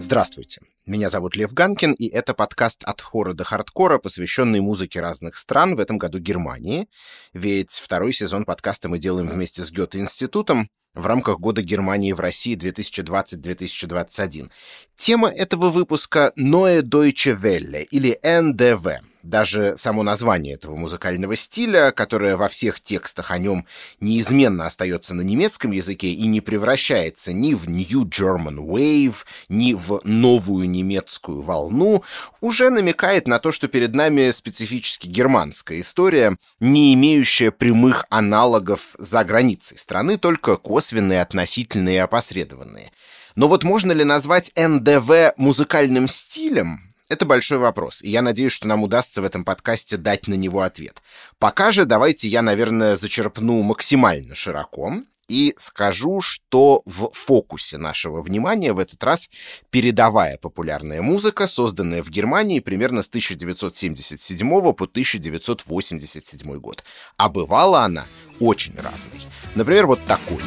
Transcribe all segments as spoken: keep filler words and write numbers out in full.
Здравствуйте, меня зовут Лев Ганкин, и это подкаст «От хора до хардкора», посвященный музыке разных стран, в этом году Германии. Ведь второй сезон подкаста мы делаем вместе с Гёте-институтом в рамках Года Германии в России две тысячи двадцать - две тысячи двадцать один. Тема этого выпуска «Neue Deutsche Welle» или эн дэ вэ. Даже само название этого музыкального стиля, которое во всех текстах о нем неизменно остается на немецком языке и не превращается ни в New German Wave, ни в новую немецкую волну, уже намекает на то, что перед нами специфически германская история, не имеющая прямых аналогов за границей страны, только косвенные, относительные и опосредованные. Но вот можно ли назвать эн дэ вэ музыкальным стилем? Это большой вопрос, и я надеюсь, что нам удастся в этом подкасте дать на него ответ. Пока же давайте я, наверное, зачерпну максимально широко и скажу, что в фокусе нашего внимания в этот раз передовая популярная музыка, созданная в Германии примерно с тысяча девятьсот семьдесят седьмого по тысяча девятьсот восемьдесят седьмой год. А бывала она очень разной. Например, вот такой.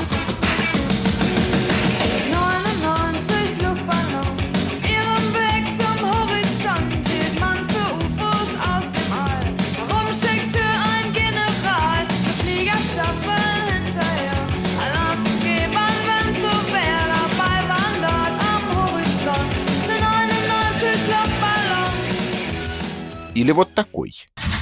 Или вот такой.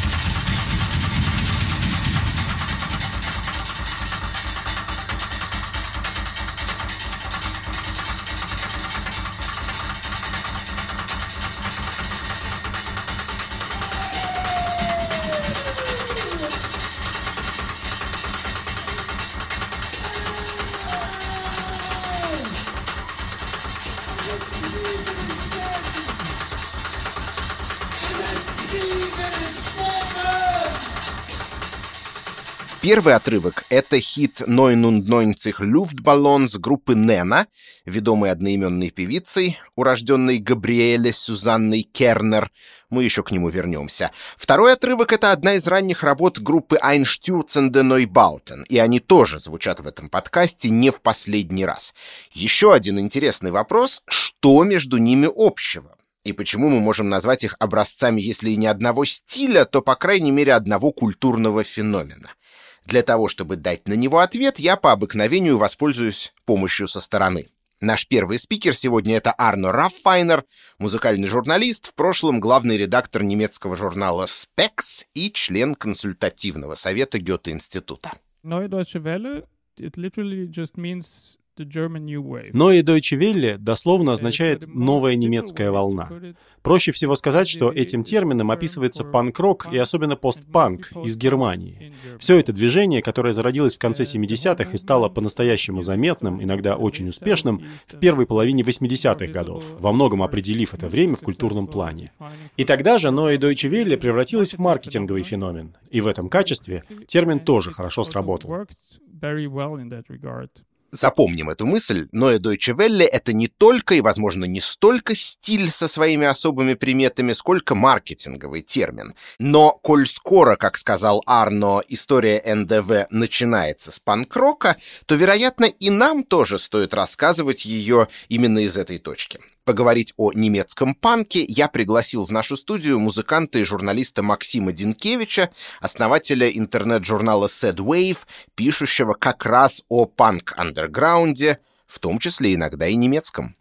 Первый отрывок — это хит девяносто девять Luftballons группы Nena, ведомой одноименной певицей, урожденной Габриэле Сюзанной Кернер. Мы еще к нему вернемся. Второй отрывок — это одна из ранних работ группы Einstürzende Neubauten, и они тоже звучат в этом подкасте не в последний раз. Еще один интересный вопрос — что между ними общего? И почему мы можем назвать их образцами, если и не одного стиля, то, по крайней мере, одного культурного феномена? Для того, чтобы дать на него ответ, я по обыкновению воспользуюсь помощью со стороны. Наш первый спикер сегодня — это Арно Раффайнер, музыкальный журналист, в прошлом главный редактор немецкого журнала «Spex» и член консультативного совета Гёте-института. Neue Deutsche Welle, it literally just means the German New Wave. Neue Deutsche Welle дословно означает «новая немецкая волна». Проще всего сказать, что этим термином описывается панк-рок и особенно постпанк из Германии. Все это движение, которое зародилось в конце семидесятых и стало по-настоящему заметным, иногда очень успешным, в первой половине восьмидесятых годов, во многом определив это время в культурном плане. И тогда же Neue Deutsche Welle превратилась в маркетинговый феномен, и в этом качестве термин тоже хорошо сработал. Запомним эту мысль. Neue Deutsche Welle — это не только и, возможно, не столько стиль со своими особыми приметами, сколько маркетинговый термин. Но, коль скоро, как сказал Арно, история эн дэ вэ начинается с панк-рока, то, вероятно, и нам тоже стоит рассказывать ее именно из этой точки. Поговорить о немецком панке я пригласил в нашу студию музыканта и журналиста Максима Динкевича, основателя интернет-журнала Sad Wave, пишущего как раз о панк-андерграунде, в том числе иногда и немецком.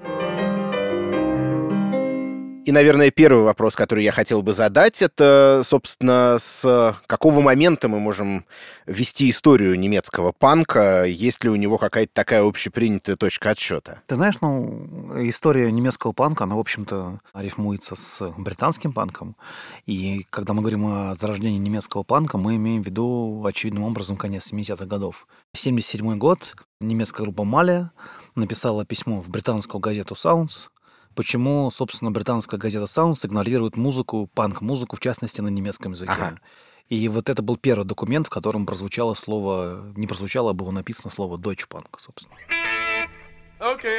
И, наверное, первый вопрос, который я хотел бы задать, это, собственно, с какого момента мы можем вести историю немецкого панка? Есть ли у него какая-то такая общепринятая точка отсчета? Ты знаешь, ну, история немецкого панка, она, в общем-то, рифмуется с британским панком. И когда мы говорим о зарождении немецкого панка, мы имеем в виду, очевидным образом, конец семидесятых годов. семьдесят седьмой год, немецкая группа Маля написала письмо в британскую газету Sounds. Почему, собственно, британская газета Sounds игнорирует музыку, панк-музыку, в частности, на немецком языке. Ага. И вот это был первый документ, в котором прозвучало слово, не прозвучало, а было написано слово Deutsche Punk, собственно. Okay.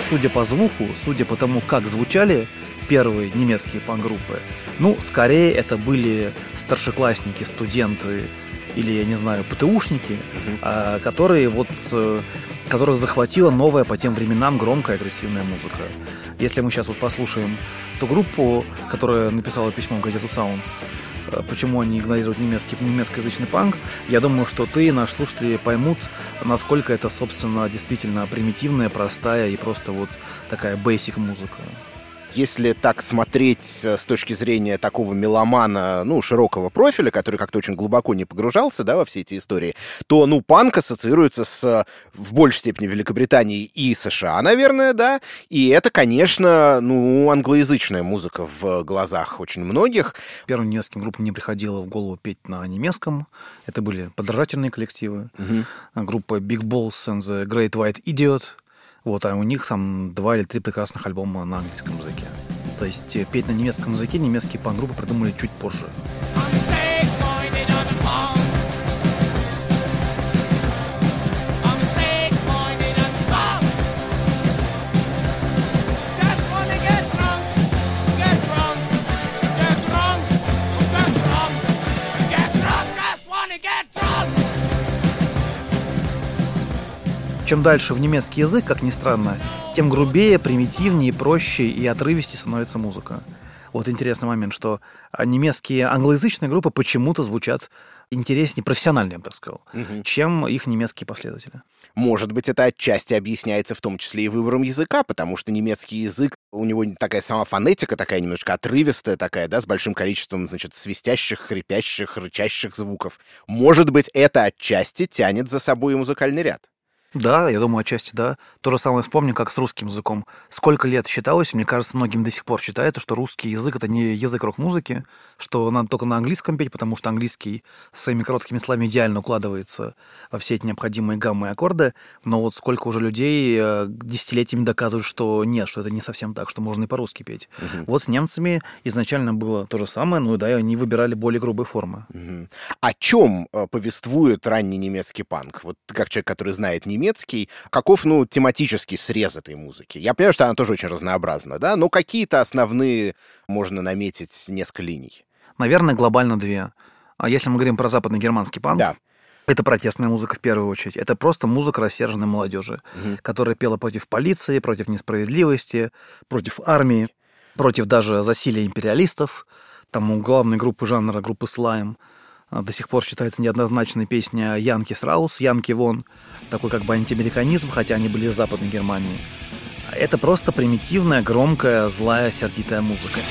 судя по звуку, судя по тому, как звучали первые немецкие панк-группы, ну, скорее это были старшеклассники, студенты или, я не знаю, ПТУшники, mm-hmm. которые вот, которых захватила новая по тем временам громкая агрессивная музыка. Если мы сейчас вот послушаем ту группу, которая написала письмо в газету Sounds, почему они игнорируют немецкий, немецкоязычный панк, я думаю, что ты и наши слушатели поймут, насколько это, собственно, действительно примитивная, простая и просто вот такая basic музыка. Если так смотреть с точки зрения такого меломана, ну, широкого профиля, который как-то очень глубоко не погружался, да, во все эти истории, то, ну, панк ассоциируется с, в большей степени, Великобританией и США, наверное, да, и это, конечно, ну, англоязычная музыка в глазах очень многих. Первым немецким группам не приходило в голову петь на немецком, это были подражательные коллективы, угу. группа Big Balls and the Great White Idiot. Вот, а у них там два или три прекрасных альбома на английском языке. То есть петь на немецком языке немецкие панк-группы придумали чуть позже. Чем дальше в немецкий язык, как ни странно, тем грубее, примитивнее, проще и отрывистее становится музыка. Вот интересный момент, что немецкие англоязычные группы почему-то звучат интереснее, профессиональнее, я бы так сказал, угу. чем их немецкие последователи. Может быть, это отчасти объясняется в том числе и выбором языка, потому что немецкий язык, у него такая сама фонетика, такая немножко отрывистая такая, да, с большим количеством, значит, свистящих, хрипящих, рычащих звуков. Может быть, это отчасти тянет за собой и музыкальный ряд. Да, я думаю, отчасти да. То же самое вспомню, как с русским языком. Сколько лет считалось, мне кажется, многим до сих пор считается, что русский язык — это не язык рок-музыки, что надо только на английском петь, потому что английский своими короткими словами идеально укладывается во все эти необходимые гаммы и аккорды. Но вот сколько уже людей десятилетиями доказывают, что нет, что это не совсем так, что можно и по-русски петь. Угу. Вот с немцами изначально было то же самое, ну да, и они выбирали более грубые формы. Угу. О чем повествует ранний немецкий панк? Вот как человек, который знает немецкий, немецкий, каков, ну, тематический срез этой музыки? Я понимаю, что она тоже очень разнообразна, да, но какие-то основные можно наметить несколько линий. Наверное, глобально две. А если мы говорим про западно-германский панк, да. это протестная музыка в первую очередь. Это просто музыка рассерженной молодежи, угу. которая пела против полиции, против несправедливости, против армии, против даже засилия империалистов. Там у главной группы жанра, группы Слайм, до сих пор считается неоднозначной песня «Янки Раус», «Янки Вон», такой как бы антиамериканизм, хотя они были из Западной Германии. Это просто примитивная, громкая, злая, сердитая музыка.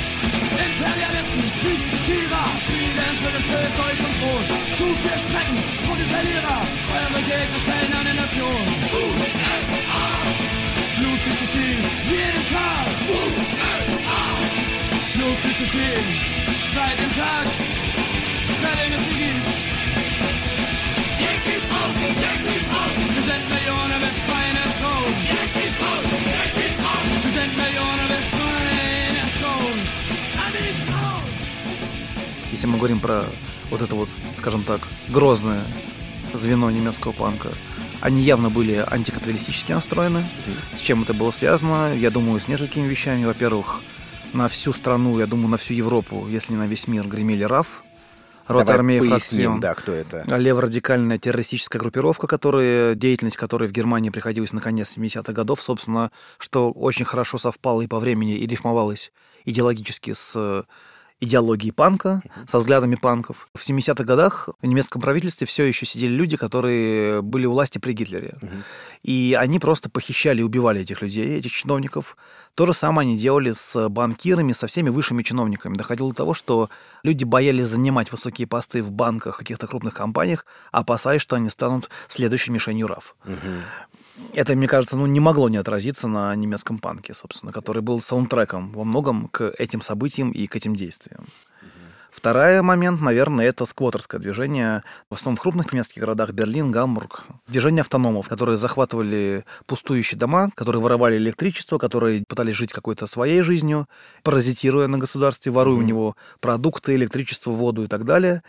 Seitdem es sie gibt. Yankees auf, Yankees auf. Wir sind Millionen, wir schreien es raus. Yankees auf, Yankees auf. Wir sind Millionen, wir schreien es raus. Amis raus. Если мы говорим про вот это вот, скажем так, грозное звено немецкого панка, они явно были антикапиталистически настроены. Mm-hmm. С чем это было связано? Я думаю, с несколькими вещами. Во-первых, на всю страну, я думаю, на всю Европу, если не на весь мир, гремели РАФ. Рота армии Фракцион. Да, кто это? Леворадикальная террористическая группировка, которая, деятельность которой в Германии приходилась на конец семидесятых годов, собственно, что очень хорошо совпало и по времени, и рифмовалось идеологически с идеологией панка, uh-huh. со взглядами панков. В семидесятых годах в немецком правительстве все еще сидели люди, которые были у власти при Гитлере. Uh-huh. И они просто похищали и убивали этих людей, этих чиновников. То же самое они делали с банкирами, со всеми высшими чиновниками. Доходило до того, что люди боялись занимать высокие посты в банках, каких-то крупных компаниях, опасаясь, что они станут следующей мишенью РАФ. Uh-huh. Это, мне кажется, ну, не могло не отразиться на немецком панке, собственно, который был саундтреком во многом к этим событиям и к этим действиям. Mm-hmm. Второй момент, наверное, это сквоттерское движение, в основном в крупных немецких городах Берлин, Гамбург. Движение автономов, которые захватывали пустующие дома, которые воровали электричество, которые пытались жить какой-то своей жизнью, паразитируя на государстве, воруя mm-hmm. у него продукты, электричество, воду и так далее.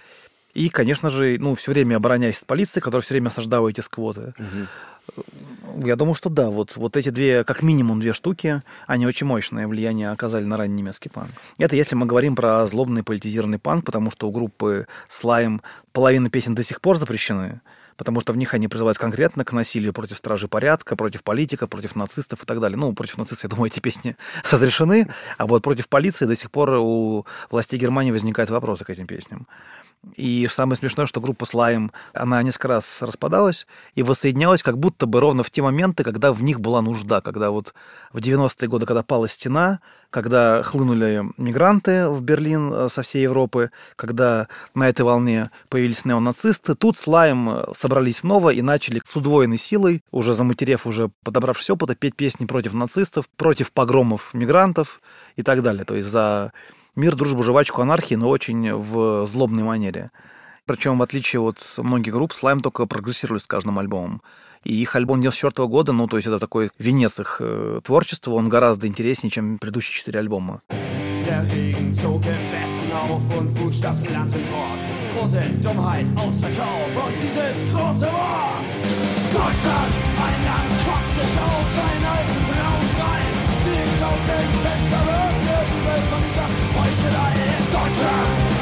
И, конечно же, ну, все время обороняясь от полиции, которая все время осаждала эти сквоты. Угу. Я думаю, что да, вот, вот эти две, как минимум две штуки, они очень мощное влияние оказали на ранний немецкий панк. Это если мы говорим про злобный политизированный панк, потому что у группы Slime половина песен до сих пор запрещены, потому что в них они призывают конкретно к насилию против стражи порядка, против политиков, против нацистов и так далее. Ну, против нацистов, я думаю, эти песни разрешены, а вот против полиции до сих пор у властей Германии возникают вопросы к этим песням. И самое смешное, что группа Slime, она несколько раз распадалась и воссоединялась как будто бы ровно в те моменты, когда в них была нужда, когда вот в девяностые годы, когда пала стена, когда хлынули мигранты в Берлин со всей Европы, когда на этой волне появились неонацисты, тут Slime собрались снова и начали с удвоенной силой, уже заматерев, уже подобравшись опыта, петь песни против нацистов, против погромов мигрантов и так далее. То есть за мир, дружбу, жвачку, анархии, но очень в злобной манере. Причем, в отличие от многих групп, Slime только прогрессировали с каждым альбомом. И их альбом девяносто четвёртого года, ну, то есть это такой венец их э, творчества, он гораздо интереснее, чем предыдущие четыре альбома. Der Regen zog im Westen auf und wusch das Land hinfort. Frohsinn, Dummheit, Ausverkauf und dieses große Wort. Deutschland, ein Land, kotzt sich aus seinen alten braunen Reihen. Sich aus dem Fenster wirkte die Welt von dieser Heuchelei in Deutschland.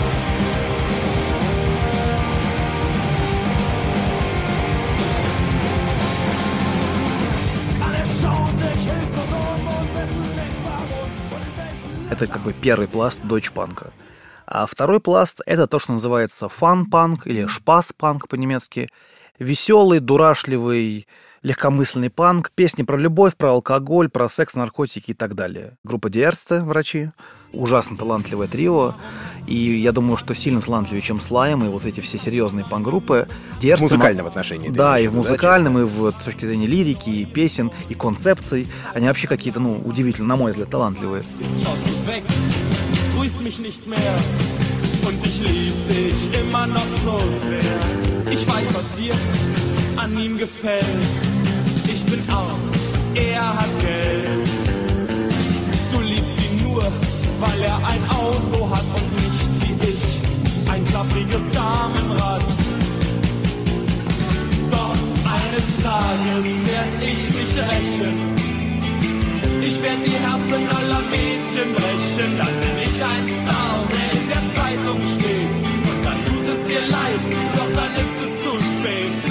Alle schauen sich hilflos um und wissen nicht warum. Это как бы первый пласт дойчпанка. А второй пласт — это то, что называется фан-панк или шпас-панк по-немецки. Веселый, дурашливый, легкомысленный панк, песни про любовь, про алкоголь, про секс, наркотики и так далее. Группа Die Ärzte, врачи, ужасно талантливое трио. И я думаю, что сильно талантливее, чем Slime и вот эти все серьезные панк-группы. Die Ärzte, в музыкальном отношении. Да, и в музыкальном, да, и в с точки зрения лирики, и песен, и концепций. Они вообще какие-то, ну, удивительно, на мой взгляд, талантливые. Mich nicht mehr und ich lieb dich immer noch so sehr. Ich weiß, was dir an ihm gefällt. Ich bin arm, er hat Geld. Du liebst ihn nur, weil er ein Auto hat und nicht wie ich ein klappriges Damenrad. Doch eines Tages werd ich mich rächen. Ich werd die Herzen aller Mädchen brechen, dann bin ich ein Star, der in der Zeitung steht. Und dann tut es dir leid, doch dann ist es zu spät, zu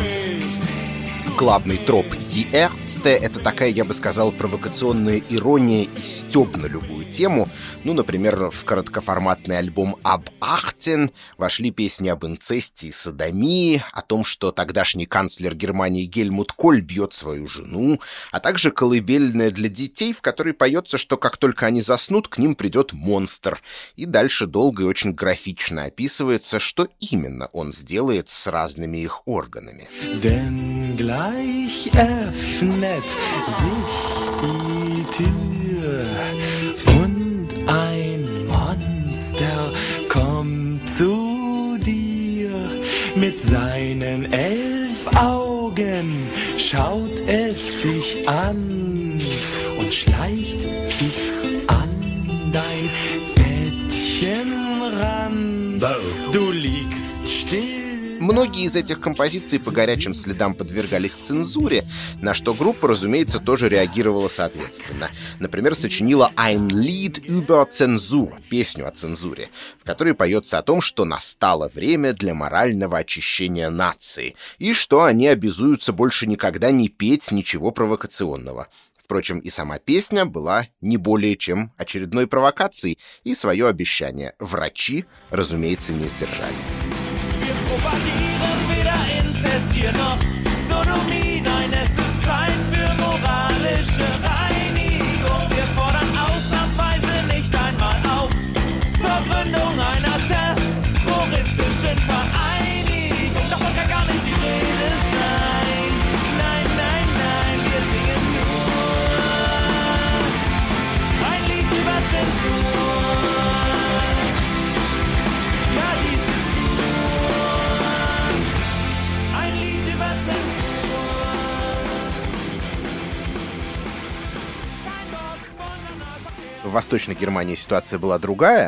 spät. Главный троп Die Ärzte — это такая, я бы сказал, провокационная ирония и стёб на любую тему. Ну, например, в короткоформатный альбом Ab achtzehn вошли песни об инцесте и содомии, о том, что тогдашний канцлер Германии Гельмут Коль бьет свою жену, а также колыбельная для детей, в которой поется, что как только они заснут, к ним придет монстр. И дальше долго и очень графично описывается, что именно он сделает с разными их органами. Denn gleich öffnet sich die Tür und ein Monster kommt zu dir. Mit seinen elf Augen schaut es dich an und schleicht sich an dein Bettchen ran. Du liegst still. Многие из этих композиций по горячим следам подвергались цензуре, на что группа, разумеется, тоже реагировала соответственно. Например, сочинила «Ein Lied über Zensur» — песню о цензуре, в которой поется о том, что настало время для морального очищения нации, и что они обязуются больше никогда не петь ничего провокационного. Впрочем, и сама песня была не более чем очередной провокацией, и свое обещание врачи, разумеется, не сдержали. Propagieren weder Inzest hier noch Sodomie. Nein, es ist Zeit für moralische Reinigung. Wir fordern ausnahmsweise nicht einmal auf zur Gründung einer terroristischen Vereinigung. Davon kann gar nicht die Rede sein. Nein, nein, nein, wir singen nur ein Lied über Zensur. Ja, dieses В Восточной Германии ситуация была другая.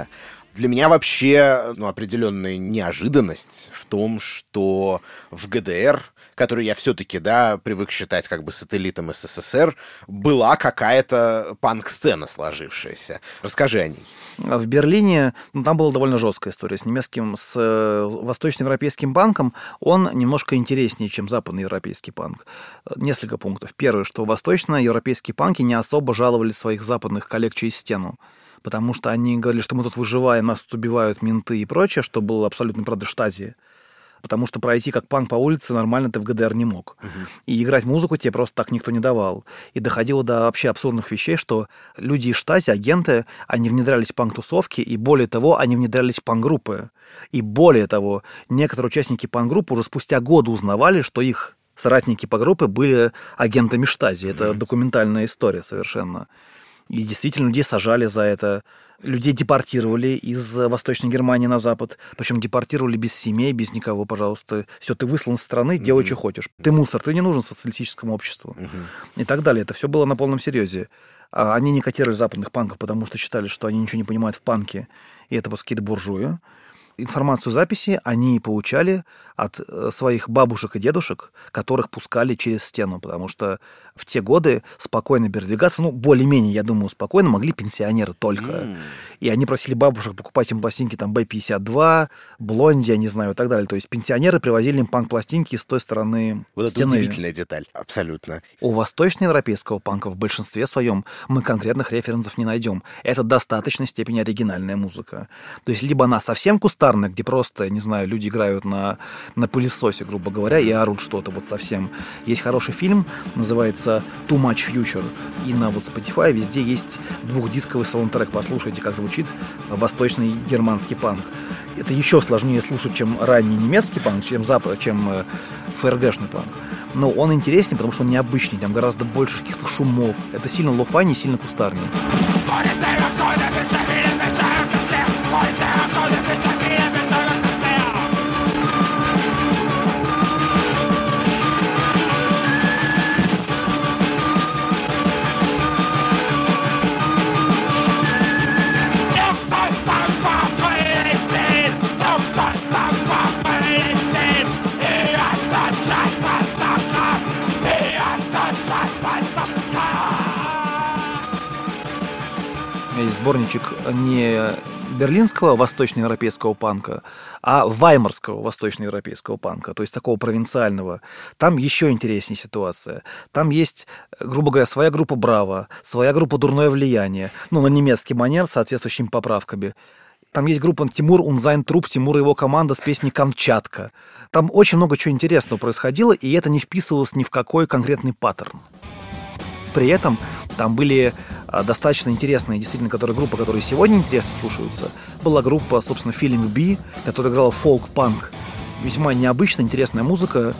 Для меня вообще ну, определенная неожиданность в том, что в ГДР, которую я все-таки, да, привык считать как бы сателлитом СССР, была какая-то панк-сцена сложившаяся. Расскажи о ней. В Берлине, ну, там была довольно жесткая история с немецким, с восточноевропейским панком. Он немножко интереснее, чем западноевропейский панк. Несколько пунктов. Первое, что восточноевропейские панки не особо жаловали своих западных коллег через стену. Потому что они говорили, что мы тут выживаем, нас тут убивают менты и прочее, что было абсолютно, правда, штази. Потому что пройти как панк по улице нормально ты в ГДР не мог. Uh-huh. И играть музыку тебе просто так никто не давал. И доходило до вообще абсурдных вещей, что люди из штази, агенты, они внедрялись в панк-тусовки, и более того, они внедрялись в панк-группы. И более того, некоторые участники панк-группы уже спустя годы узнавали, что их соратники по группе были агентами штази. Uh-huh. Это документальная история совершенно. И действительно, людей сажали за это. Людей депортировали из Восточной Германии на Запад. Причем депортировали без семей, без никого, пожалуйста. Все, ты выслан из страны, mm-hmm. делай, что хочешь. Ты мусор, ты не нужен социалистическому обществу. Mm-hmm. И так далее. Это все было на полном серьезе. А они не котировали западных панков, потому что считали, что они ничего не понимают в панке. И это просто какие-то буржуи. Информацию записи они получали от своих бабушек и дедушек, которых пускали через стену, потому что в те годы спокойно передвигаться, ну, более-менее, я думаю, спокойно могли пенсионеры только. Mm. И они просили бабушек покупать им пластинки там бэ пятьдесят два, Блонди, я не знаю, и так далее. То есть пенсионеры привозили им панк-пластинки с той стороны вот стены. Вот это удивительная деталь, абсолютно. У восточноевропейского панка в большинстве своем мы конкретных референсов не найдем. Это в достаточной степени оригинальная музыка. То есть либо она совсем кустарная, где просто, не знаю, люди играют на, на пылесосе, грубо говоря, и орут что-то вот совсем. Есть хороший фильм, называется Too Much Future, и на вот Spotify везде есть двухдисковый саундтрек. Послушайте, как звучит восточный германский панк. Это еще сложнее слушать, чем ранний немецкий панк, чем, запад, чем ФРГшный панк. Но он интереснее, потому что он необычный, там гораздо больше каких-то шумов. Это сильно ло-фай, не сильно кустарный. Есть сборничек не берлинского восточноевропейского панка, а ваймарского восточноевропейского панка, то есть такого провинциального. Там еще интереснее ситуация. Там есть, грубо говоря, своя группа «Браво», своя группа «Дурное влияние», ну, на немецкий манер с соответствующими поправками. Там есть группа Тимур Унзайн Труп, Тимур и его команда с песней «Камчатка». Там очень много чего интересного происходило, и это не вписывалось ни в какой конкретный паттерн. При этом там были достаточно интересные, действительно, которые, группы, которые сегодня интересно слушаются. Была группа, собственно, Feeling B, которая играла фолк-панк. Весьма необычная, интересная музыка.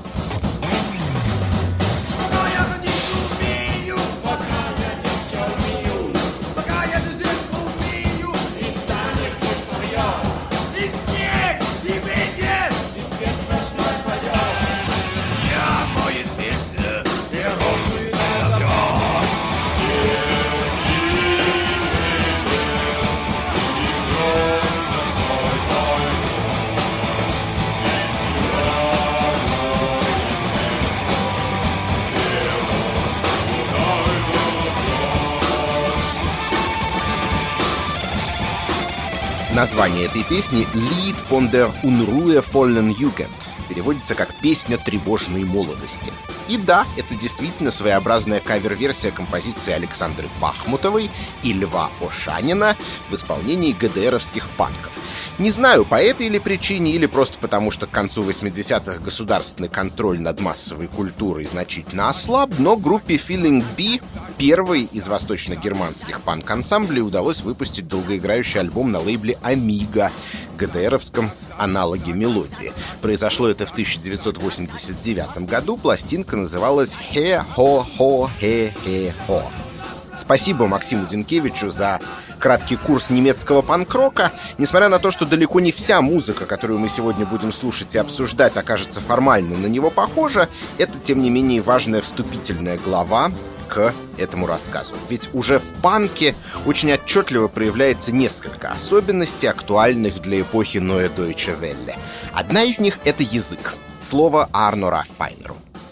Название этой песни «Lied von der unruhevollen Jugend» переводится как «Песня тревожной молодости». И да, это действительно своеобразная кавер-версия композиции Александры Бахмутовой и Льва Ошанина в исполнении ГДРовских панков. Не знаю, по этой или причине, или просто потому, что к концу восьмидесятых государственный контроль над массовой культурой значительно ослаб, но группе Feeling B, первой из восточно-германских панк-ансамблей, удалось выпустить долгоиграющий альбом на лейбле «Амиго», ГДРовском аналоге «Мелодии». Произошло это в тысяча девятьсот восемьдесят девятом году, пластинка называлась «Хе-хо-хо-хе-хе-хо». Спасибо Максиму Динкевичу за краткий курс немецкого панк-рока. Несмотря на то, что далеко не вся музыка, которую мы сегодня будем слушать и обсуждать, окажется формально на него похожа, это, тем не менее, важная вступительная глава к этому рассказу. Ведь уже в панке очень отчетливо проявляется несколько особенностей, актуальных для эпохи Neue Deutsche Welle. Одна из них — это язык. Слово Арно Рафайнеру.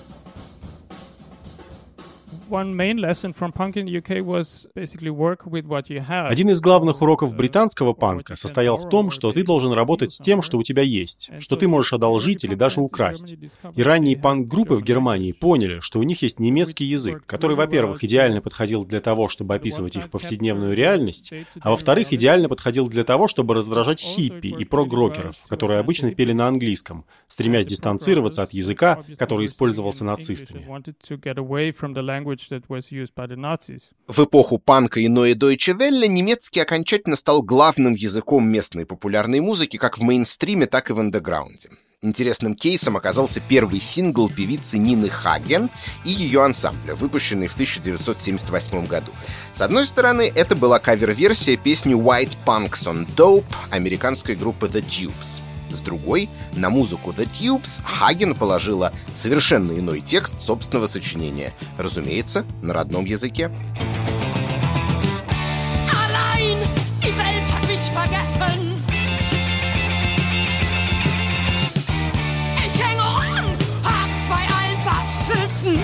Один из главных уроков британского панка состоял в том, что ты должен работать с тем, что у тебя есть, что ты можешь одолжить или даже украсть. И ранние панк-группы в Германии поняли, что у них есть немецкий язык, который, во-первых, идеально подходил для того, чтобы описывать их повседневную реальность, а во-вторых, идеально подходил для того, чтобы раздражать хиппи и прог-рокеров, которые обычно пели на английском, стремясь дистанцироваться от языка, который использовался нацистами. В эпоху панка и Neue Deutsche Welle немецкий окончательно стал главным языком местной популярной музыки как в мейнстриме, так и в андеграунде. Интересным кейсом оказался первый сингл певицы Нины Хаген и ее ансамбля, выпущенный в тысяча девятьсот семьдесят восьмом году. С одной стороны, это была кавер-версия песни White Punks on Dope американской группы The Tubes. С другой, на музыку The Tubes Хаген положила совершенно иной текст собственного сочинения, разумеется, на родном языке. Allein, die Welt hat mich vergessen. Ich hänge an, Hass bei allen Faschisten.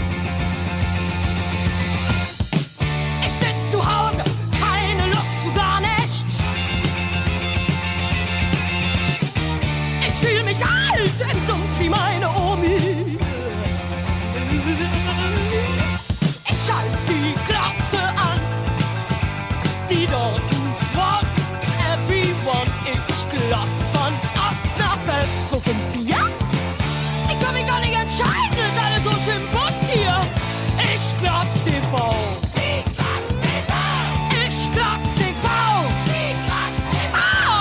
Ich sitz zu Hause, keine Lust zu gar nichts. Ich fühl mich alt im Sumpf wie meine Omi. Ich schalt die Glotze an. Die dorten swans everyone. Ich glotz von Ost nach West. Wo sind wir? Ich kann mich gar nicht entscheiden. Ist alles so schön bunt hier. Ich glotz T V. Sie glotz T V. Ich glotz T V. Sie glotz T V.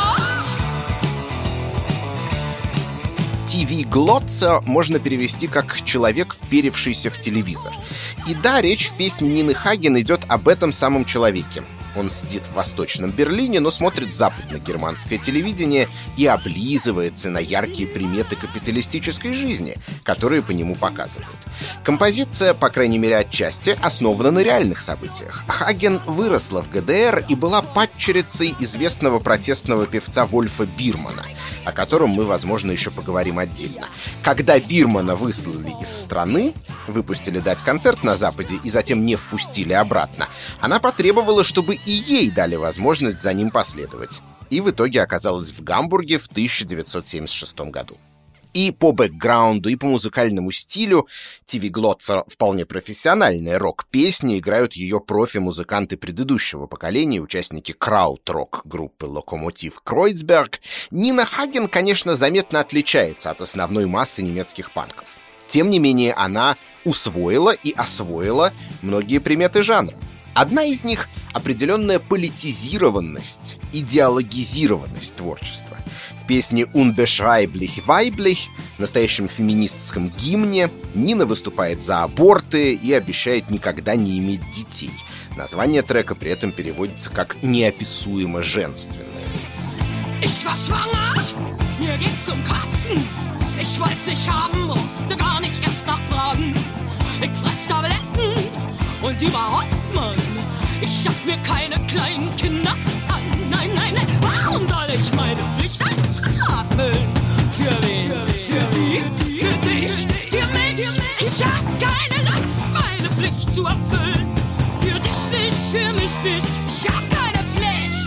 ти ви-глотца можно перевести как «человек, вперевшийся в телевизор». И да, речь в песне Нины Хаген идет об этом самом человеке. Он сидит в Восточном Берлине, но смотрит западно-германское телевидение и облизывается на яркие приметы капиталистической жизни, которые по нему показывают. Композиция, по крайней мере отчасти, основана на реальных событиях. Хаген выросла в гэ дэ эр и была падчерицей известного протестного певца Вольфа Бирмана, о котором мы, возможно, еще поговорим отдельно. Когда Бирмана выслали из страны, выпустили дать концерт на Западе и затем не впустили обратно, она потребовала, чтобы и ей дали возможность за ним последовать. И в итоге оказалась в Гамбурге в тысяча девятьсот семьдесят шестом году. И по бэкграунду, и по музыкальному стилю ти ви-глотца вполне профессиональная рок-песни, играют ее профи-музыканты предыдущего поколения, участники крауд-рок группы «Локомотив Кройцберг». Нина Хаген, конечно, заметно отличается от основной массы немецких панков. Тем не менее, она усвоила и освоила многие приметы жанра. Одна из них — определенная политизированность, идеологизированность творчества. В песне «Unbeschreiblich weiblich», настоящем феминистском гимне, Нина выступает за аборты и обещает никогда не иметь детей. Название трека при этом переводится как «неописуемо женственное». Ich war schwanger, mir ging's um Katzen. Ich wollt's nicht haben, musste gar nicht erst nachfragen. Ich fress Tabletten und überhaupt, Mann, ich schaff mir keine kleinen Kinder an. Nein, nein, nein, warum soll ich meine Pflicht als Frau erfüllen? Für wen? Für die? Für dich? Für mich? Ich hab keine Lust, meine Pflicht zu erfüllen. Für dich nicht, für mich nicht, ich hab keine Pflicht.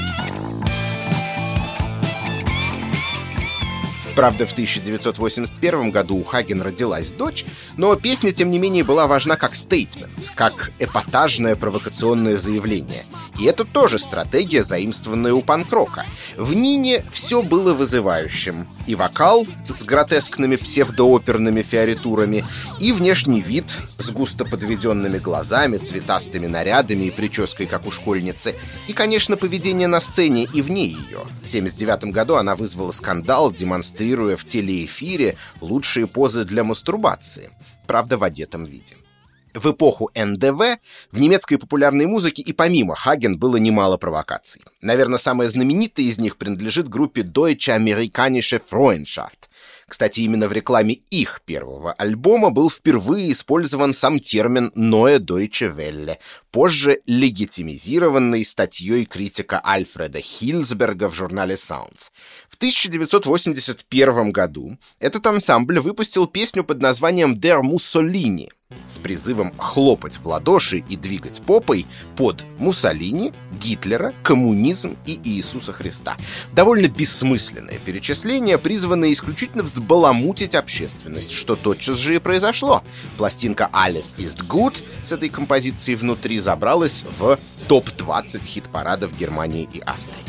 Правда, в тысяча девятьсот восемьдесят первом году у Хаген родилась дочь, но песня, тем не менее, была важна как стейтмент, как эпатажное провокационное заявление. И это тоже стратегия, заимствованная у панк-рока. В Нине все было вызывающим. И вокал с гротескными псевдооперными фиоритурами, и внешний вид с густо подведенными глазами, цветастыми нарядами и прической, как у школьницы, и, конечно, поведение на сцене и вне ее. В семьдесят девятом году она вызвала скандал, демонстрируя в телеэфире лучшие позы для мастурбации, правда, в одетом виде. В эпоху эн дэ вэ в немецкой популярной музыке и помимо Hagen было немало провокаций. Наверное, самая знаменитая из них принадлежит группе Deutsche-Amerikanische Freundschaft. Кстати, именно в рекламе их первого альбома был впервые использован сам термин «Neue Deutsche Welle», позже легитимизированный статьей критика Альфреда Хильсберга в журнале Sounds. В тысяча девятьсот восемьдесят первом году этот ансамбль выпустил песню под названием «Der Mussolini» с призывом хлопать в ладоши и двигать попой под Муссолини, Гитлера, коммунизм и Иисуса Христа. Довольно бессмысленное перечисление, призванное исключительно взбаламутить общественность, что тотчас же и произошло. Пластинка «Alles ist gut» с этой композицией внутри забралась в топ двадцать хит-парадов Германии и Австрии.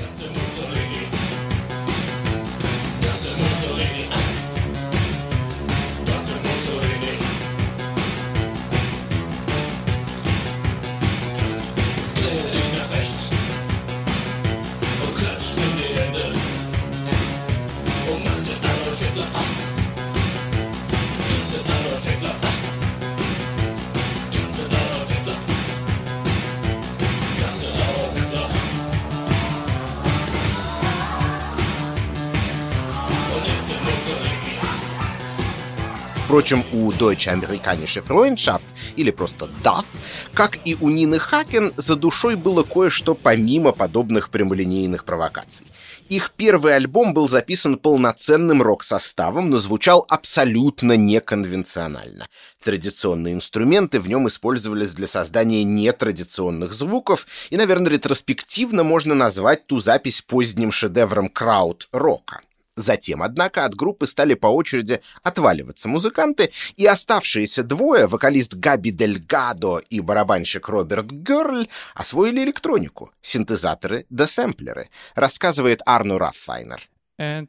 Впрочем, у Deutsche-Amerikanische Freundschaft, или просто даф, как и у Нины Hagen, за душой было кое-что помимо подобных прямолинейных провокаций. Их первый альбом был записан полноценным рок-составом, но звучал абсолютно неконвенционально. Традиционные инструменты в нем использовались для создания нетрадиционных звуков, и, наверное, ретроспективно можно назвать ту запись поздним шедевром крауд-рока. Затем, однако, от группы стали по очереди отваливаться музыканты, и оставшиеся двое, вокалист Габи Дельгадо и барабанщик Роберт Герль, освоили электронику, синтезаторы да сэмплеры, рассказывает Арно Раффайнер. В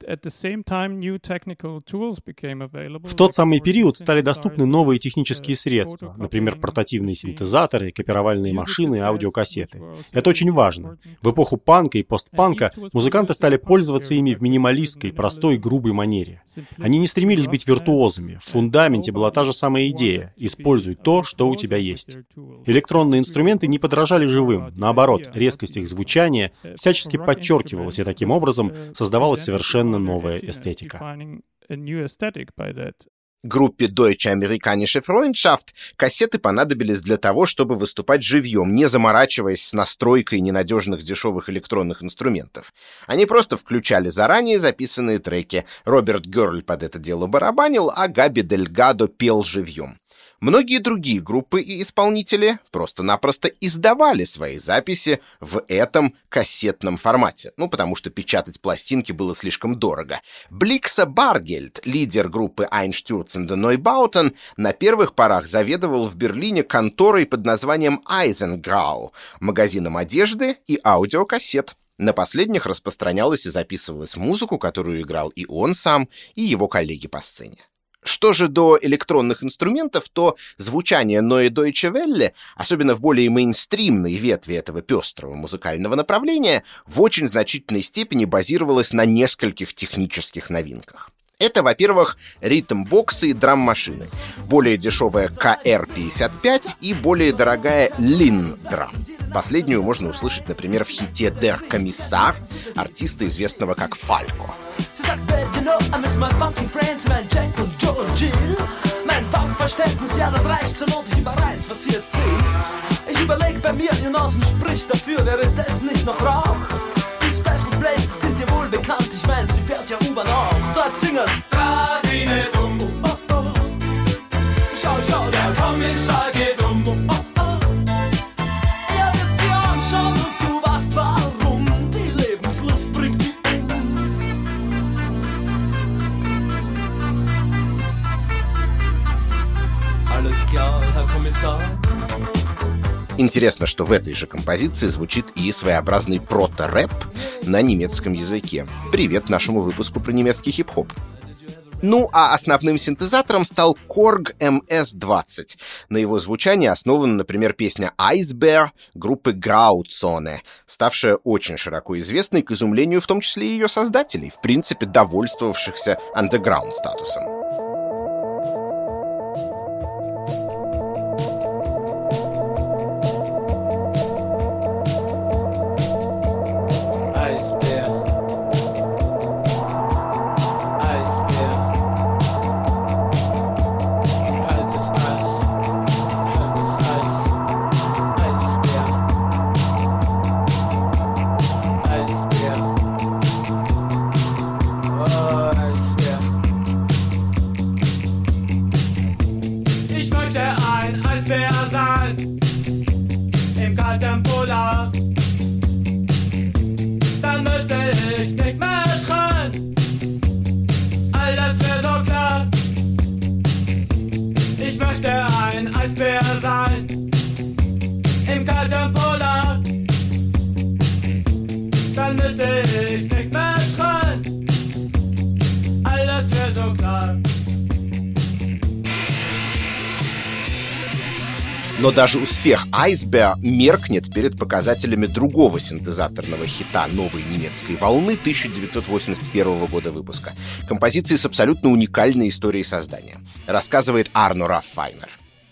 тот самый период стали доступны новые технические средства, например, портативные синтезаторы, копировальные машины и аудиокассеты. Это очень важно. В эпоху панка и постпанка музыканты стали пользоваться ими в минималистской, простой, грубой манере. Они не стремились быть виртуозами. В фундаменте была та же самая идея — используй то, что у тебя есть. Электронные инструменты не подражали живым. Наоборот, резкость их звучания всячески подчеркивалась, и таким образом создавалась совершенно совершенно новая эстетика. Группе Deutsche-Amerikanische Freundschaft кассеты понадобились для того, чтобы выступать живьем, не заморачиваясь с настройкой ненадежных дешевых электронных инструментов. Они просто включали заранее записанные треки. Роберт Герль под это дело барабанил, а Габи Дельгадо пел живьем. Многие другие группы и исполнители просто-напросто издавали свои записи в этом кассетном формате, ну, потому что печатать пластинки было слишком дорого. Бликса Баргельд, лидер группы Einstürzende Neubauten, на первых порах заведовал в Берлине конторой под названием Eisengrau, магазином одежды и аудиокассет. На последних распространялась и записывалась музыку, которую играл и он сам, и его коллеги по сцене. Что же до электронных инструментов, то звучание Neue Deutsche Welle, особенно в более мейнстримной ветви этого пестрого музыкального направления, в очень значительной степени базировалось на нескольких технических новинках. Это, во-первых, ритм-боксы и драм-машины, более дешевая ка эр пятьдесят пять и более дорогая Linn-драм. Последнюю можно услышать, например, в хите «Der Kommissar» артиста, известного как Фалько. Verständnis, ja, das reicht zur Not, ich überreiß, was hier ist viel. Ich überleg bei mir, ihr Nasen spricht dafür, wäre das nicht noch Rauch? Die Special Places sind dir wohl bekannt, ich mein, sie fährt ja U-Bahn auch. Dort singen's Radine dumm, oh, oh. Schau, schau, der Kommissar geht um, oh, oh. Er wird dir anschauen und du weißt warum, die Lebenslust bringt die um. Alles klar, Herr Kommissar. Интересно, что в этой же композиции звучит и своеобразный прото-рэп на немецком языке. Привет нашему выпуску про немецкий хип-хоп. Ну, а основным синтезатором стал Korg эм эс двадцать. На его звучании основана, например, песня «Eisbär» группы Grauzone, ставшая очень широко известной, к изумлению в том числе и ее создателей, в принципе, довольствовавшихся андеграунд-статусом. so klar. Но даже успех Eisbär меркнет перед показателями другого синтезаторного хита новой немецкой волны тысяча девятьсот восемьдесят первого года выпуска. Композиции с абсолютно уникальной историей создания. Рассказывает Арно Раффайнер.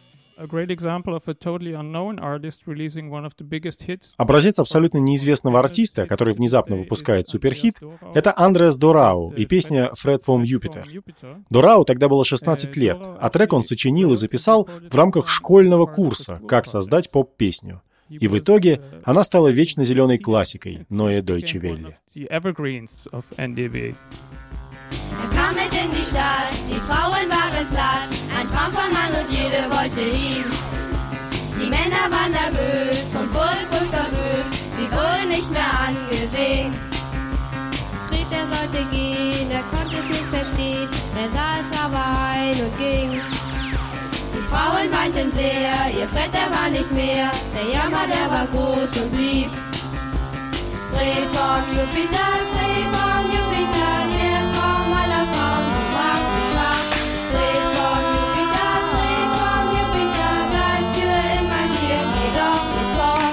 Образец абсолютно неизвестного артиста, который внезапно выпускает суперхит, это Андреас Дорау и песня «Fred from Jupiter». Дорау тогда было шестнадцать лет, а трек он сочинил и записал в рамках школьного курса «Как создать поп-песню». И в итоге она стала вечно зеленой классикой Neue Deutsche Welle. Er kam mit in die Stadt, die Frauen waren platt, ein Traum von Mann und jede wollte ihn. Die Männer waren nervös und wurden furchtbar bös, sie wurden nicht mehr angesehen. Fried, er sollte gehen, er konnte es nicht verstehen, er sah es aber ein und ging. Die Frauen weinten sehr, ihr Vetter war nicht mehr, der Jammer, der war groß und blieb. Fred vom Jupiter, Fred vom Jupiter, der Traum aller Frauen, du magst mich wahr. Fred vom Jupiter, Fred vom Jupiter, bleib für immer hier, geh doch nicht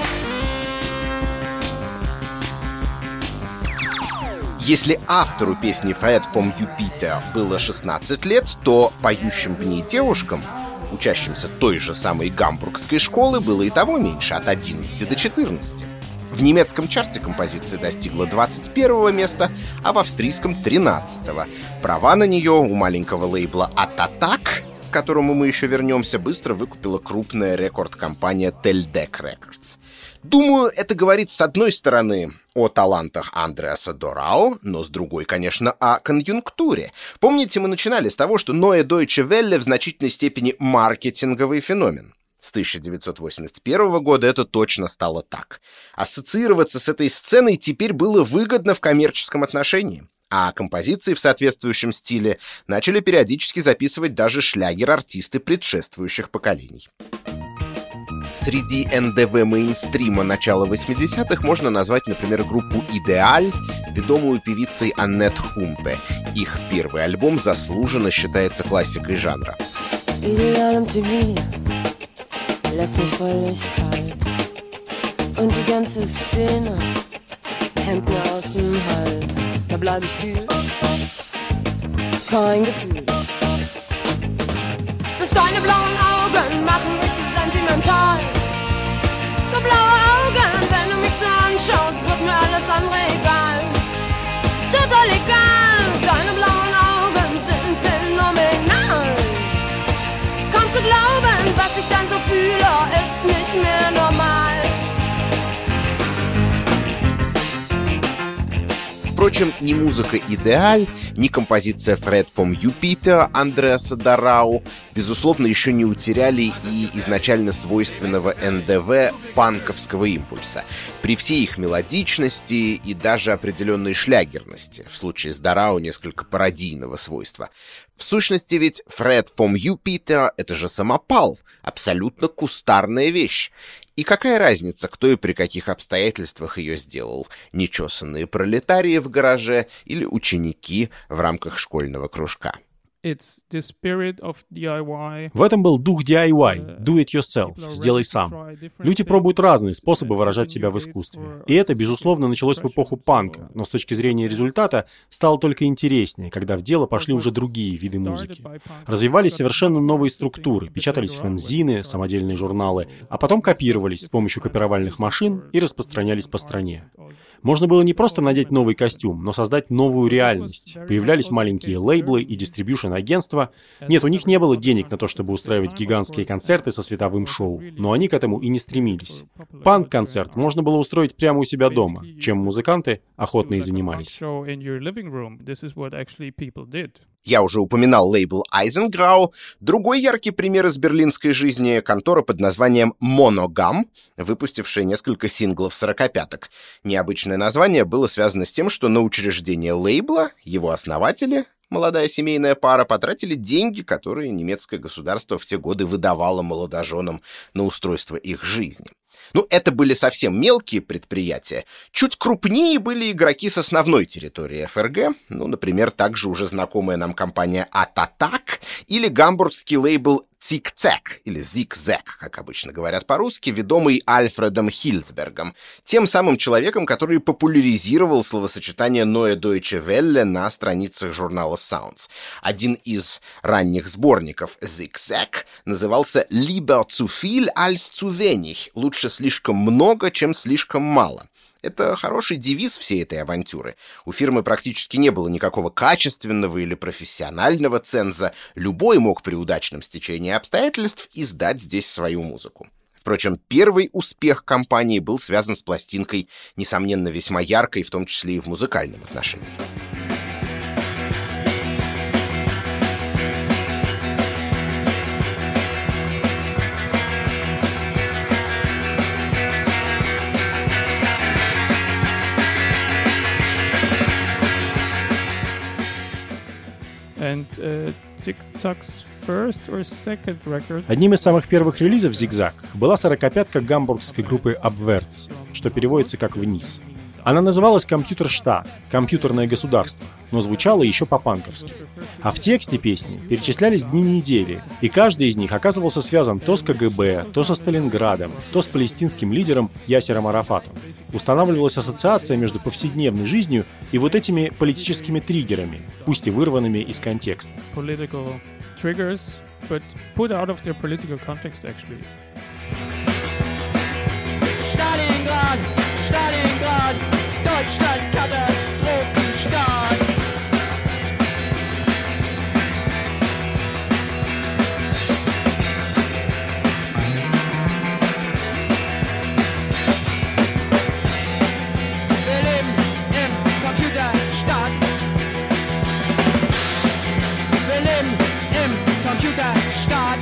fort. Если автору песни «Fred from Jupiter» было шестнадцать лет, то поющим в ней девушкам, учащимся той же самой гамбургской школы, было и того меньше, от одиннадцати до четырнадцати. В немецком чарте композиция достигла двадцать первого места, а в австрийском — тринадцатого. Права на нее у маленького лейбла «Ататак», к которому мы еще вернемся, быстро выкупила крупная рекорд-компания Teldec Records. Думаю, это говорит, с одной стороны, о талантах Андреаса Дорау, но с другой, конечно, о конъюнктуре. Помните, мы начинали с того, что Neue Deutsche Welle в значительной степени маркетинговый феномен. С тысяча девятьсот восемьдесят первого года это точно стало так. Ассоциироваться с этой сценой теперь было выгодно в коммерческом отношении. А композиции в соответствующем стиле начали периодически записывать даже шлягер-артисты предшествующих поколений. Среди эн дэ вэ мейнстрима начала восьмидесятых можно назвать, например, группу «Идеаль», ведомую певицей Аннет Хумпе. Их первый альбом заслуженно считается классикой жанра. Lässt mich völlig kalt und die ganze Szene hängt mir aus dem Hals. Da bleib ich kühl, kein Gefühl. Bis deine blauen Augen machen mich so sentimental. So blaue Augen, wenn du mich so anschaust, wird mir alles andere egal. Total egal, deine blauen Augen sind phänomenal. Kaum zu glauben, was ich dann so fühle, ist nicht mehr normal. Впрочем, ни музыка «Идеаль», ни композиция «Fred from Jupiter» Андреаса Дорау, безусловно, еще не утеряли и изначально свойственного эн дэ вэ панковского импульса, при всей их мелодичности и даже определенной шлягерности, в случае с Дорау несколько пародийного свойства. В сущности ведь «Fred from Jupiter» — это же самопал, абсолютно кустарная вещь. И какая разница, кто и при каких обстоятельствах ее сделал? Нечесанные пролетарии в гараже или ученики в рамках школьного кружка? В этом был дух ди ай уай, do it yourself, сделай сам. Люди пробуют разные способы выражать себя в искусстве. И это, безусловно, началось в эпоху панка, но с точки зрения результата стало только интереснее, когда в дело пошли уже другие виды музыки. Развивались совершенно новые структуры, печатались фанзины, самодельные журналы, а потом копировались с помощью копировальных машин и распространялись по стране. Можно было не просто надеть новый костюм, но создать новую реальность. Появлялись маленькие лейблы и дистрибьюшн-агентства. Нет, у них не было денег на то, чтобы устраивать гигантские концерты со световым шоу, но они к этому и не стремились. Панк-концерт можно было устроить прямо у себя дома, чем музыканты охотно и занимались. Я уже упоминал лейбл Eisengrau. Другой яркий пример из берлинской жизни — контора под названием Monogam, выпустившая несколько синглов-сорокопяток. Необычное название было связано с тем, что на учреждение лейбла его основатели, молодая семейная пара, потратили деньги, которые немецкое государство в те годы выдавало молодоженам на устройство их жизни. Ну, это были совсем мелкие предприятия. Чуть крупнее были игроки с основной территории эф эр гэ, ну, например, также уже знакомая нам компания Ататак или гамбургский лейбл Цик-Цек, или Зик-Зек, как обычно говорят по-русски, ведомый Альфредом Хильцбергом, тем самым человеком, который популяризировал словосочетание «Neue Deutsche Welle» на страницах журнала Sounds. Один из ранних сборников Zig-Zag назывался «Lieber zu viel als zu wenig», лучше слишком много, чем слишком мало. Это хороший девиз всей этой авантюры. У фирмы практически не было никакого качественного или профессионального ценза. Любой мог при удачном стечении обстоятельств издать здесь свою музыку. Впрочем, первый успех компании был связан с пластинкой, несомненно, весьма яркой, в том числе и в музыкальном отношении. And, uh, Tic-Tac's first or second record... Одним из самых первых релизов «Зигзаг» была сорокопятка гамбургской группы Abwärts, что переводится как «вниз». Она называлась «Компьютерштат» — «Компьютерное государство», но звучала еще по-панковски. А в тексте песни перечислялись дни недели, и каждый из них оказывался связан то с ка гэ бэ, то со Сталинградом, то с палестинским лидером Ясером Арафатом. Устанавливалась ассоциация между повседневной жизнью и вот этими политическими триггерами, пусть и вырванными из контекста. Political triggers, but put out of their political context, actually. Stalingrad, Stalingrad, Deutschland, Katastrophenstaat. Wir leben im Computerstaat. Wir leben im Computerstaat.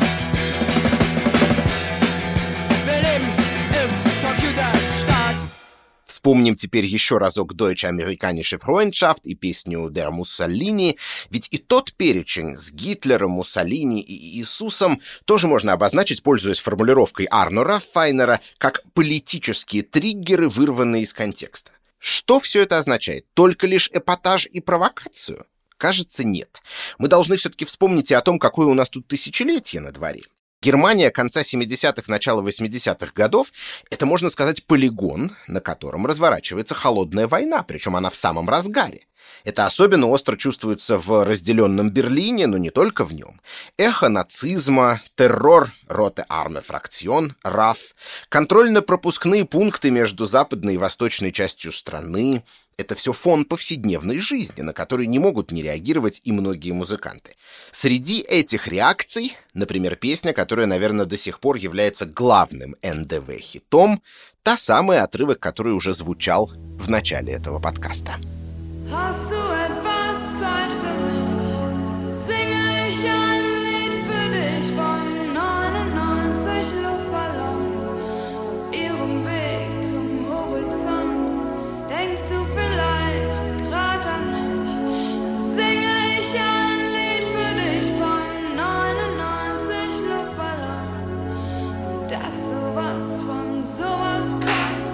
Wir leben im Computerstaat. Вспомним теперь еще разок Deutsche-Amerikanische Freundschaft и песню Der Mussolini, ведь и тот перечень с Гитлером, Муссолини и Иисусом тоже можно обозначить, пользуясь формулировкой Арно Раффайнера, как политические триггеры, вырванные из контекста. Что все это означает? Только лишь эпатаж и провокацию? Кажется, нет. Мы должны все-таки вспомнить и о том, какое у нас тут тысячелетие на дворе. Германия конца семидесятых, начала восьмидесятых годов — это, можно сказать, полигон, на котором разворачивается холодная война, причем она в самом разгаре. Это особенно остро чувствуется в разделенном Берлине, но не только в нем. Эхо нацизма, террор Rote Arme Fraktion, РАФ, контрольно-пропускные пункты между западной и восточной частью страны — это все фон повседневной жизни, на который не могут не реагировать и многие музыканты. Среди этих реакций, например, песня, которая, наверное, до сих пор является главным эн дэ вэ-хитом, та самая, отрывок, который уже звучал в начале этого подкаста. Hast du etwas Zeit für mich? Singe ich ein Lied für dich von neunundneunzig Luftballons auf ihrem Weg zum Horizont. Denkst du vielleicht grad an mich? Dann singe ich ein Lied für dich von neunundneunzig Luftballons und dass sowas von sowas kommt.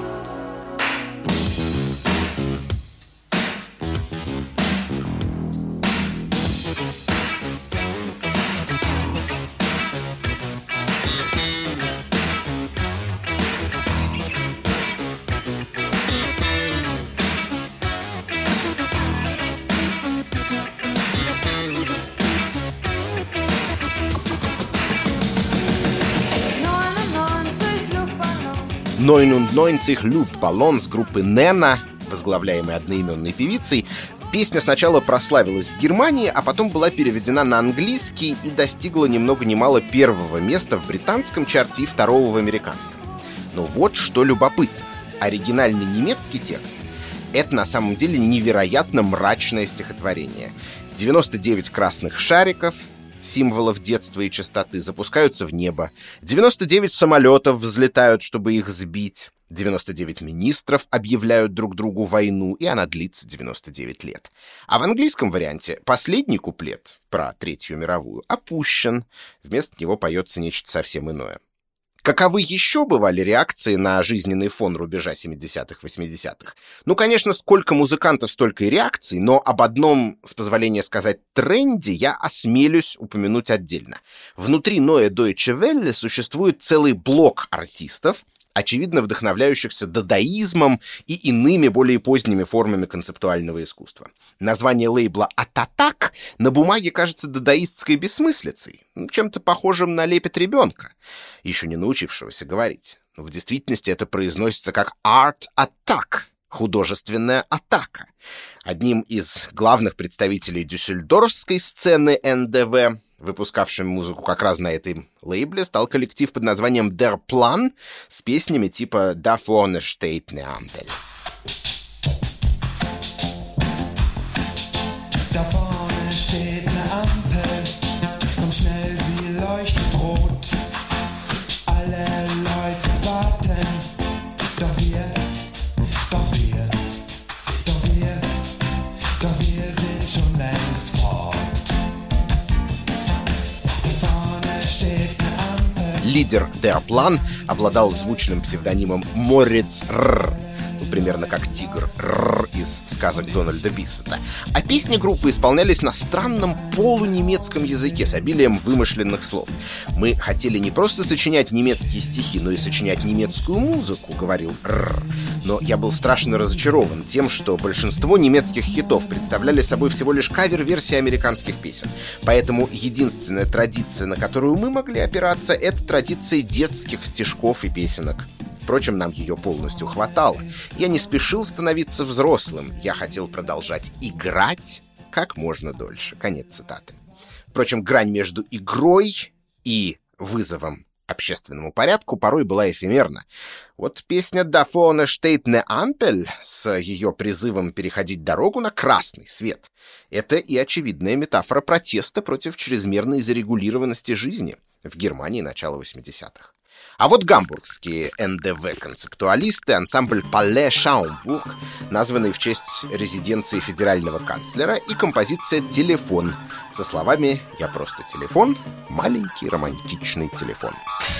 неунundneunzig Luftballons группы Nena, возглавляемой одноименной певицей. Песня сначала прославилась в Германии, а потом была переведена на английский и достигла ни много ни мало первого места в британском чарте и второго в американском. Но вот что любопытно. Оригинальный немецкий текст — это на самом деле невероятно мрачное стихотворение. девяносто девять красных шариков, символов детства и чистоты, запускаются в небо. девяносто девять самолетов взлетают, чтобы их сбить. девяносто девять министров объявляют друг другу войну, и она длится девяносто девять лет. А в английском варианте последний куплет про Третью мировую опущен. Вместо него поется нечто совсем иное. Каковы еще бывали реакции на жизненный фон рубежа семидесятых-восьмидесятых? Ну, конечно, сколько музыкантов, столько и реакций, но об одном, с позволения сказать, тренде я осмелюсь упомянуть отдельно. Внутри Neue Deutsche Welle существует целый блок артистов, очевидно вдохновляющихся дадаизмом и иными более поздними формами концептуального искусства. Название лейбла «Ататак» на бумаге кажется дадаистской бессмыслицей, чем-то похожим на лепет ребенка, еще не научившегося говорить. Но в действительности это произносится как «Art Attack», художественная атака. Одним из главных представителей дюссельдорфской сцены эн дэ вэ, выпускавшим музыку как раз на этой лейбле, стал коллектив под названием Der Plan с песнями типа «Da vorne steht ne Ampel». Da vorne steht ne Ampel und schnell sie leuchtet rot. Alle Leute warten, doch wir, doch wir, doch wir, doch wir sind schon längst fort. Лидер Der Plan обладал звучным псевдонимом Мориц Рррр, примерно как тигр Рррр из сказок Дональда Биссета. А песни группы исполнялись на странном полунемецком языке с обилием вымышленных слов. «Мы хотели не просто сочинять немецкие стихи, но и сочинять немецкую музыку», — говорил Рррр. Но я был страшно разочарован тем, что большинство немецких хитов представляли собой всего лишь кавер-версии американских песен. Поэтому единственная традиция, на которую мы могли опираться, это традиция детских стишков и песенок. Впрочем, нам ее полностью хватало. Я не спешил становиться взрослым. Я хотел продолжать играть как можно дольше. Конец цитаты. Впрочем, грань между игрой и вызовом общественному порядку порой была эфемерна. Вот песня «Da vorne steht ne Ampel» с ее призывом переходить дорогу на красный свет — это и очевидная метафора протеста против чрезмерной зарегулированности жизни в Германии начала восьмидесятых. А вот гамбургские эн дэ вэ-концептуалисты, ансамбль Palais Schaumburg, названный в честь резиденции федерального канцлера, и композиция «Телефон» со словами «Я просто телефон, маленький романтичный телефон».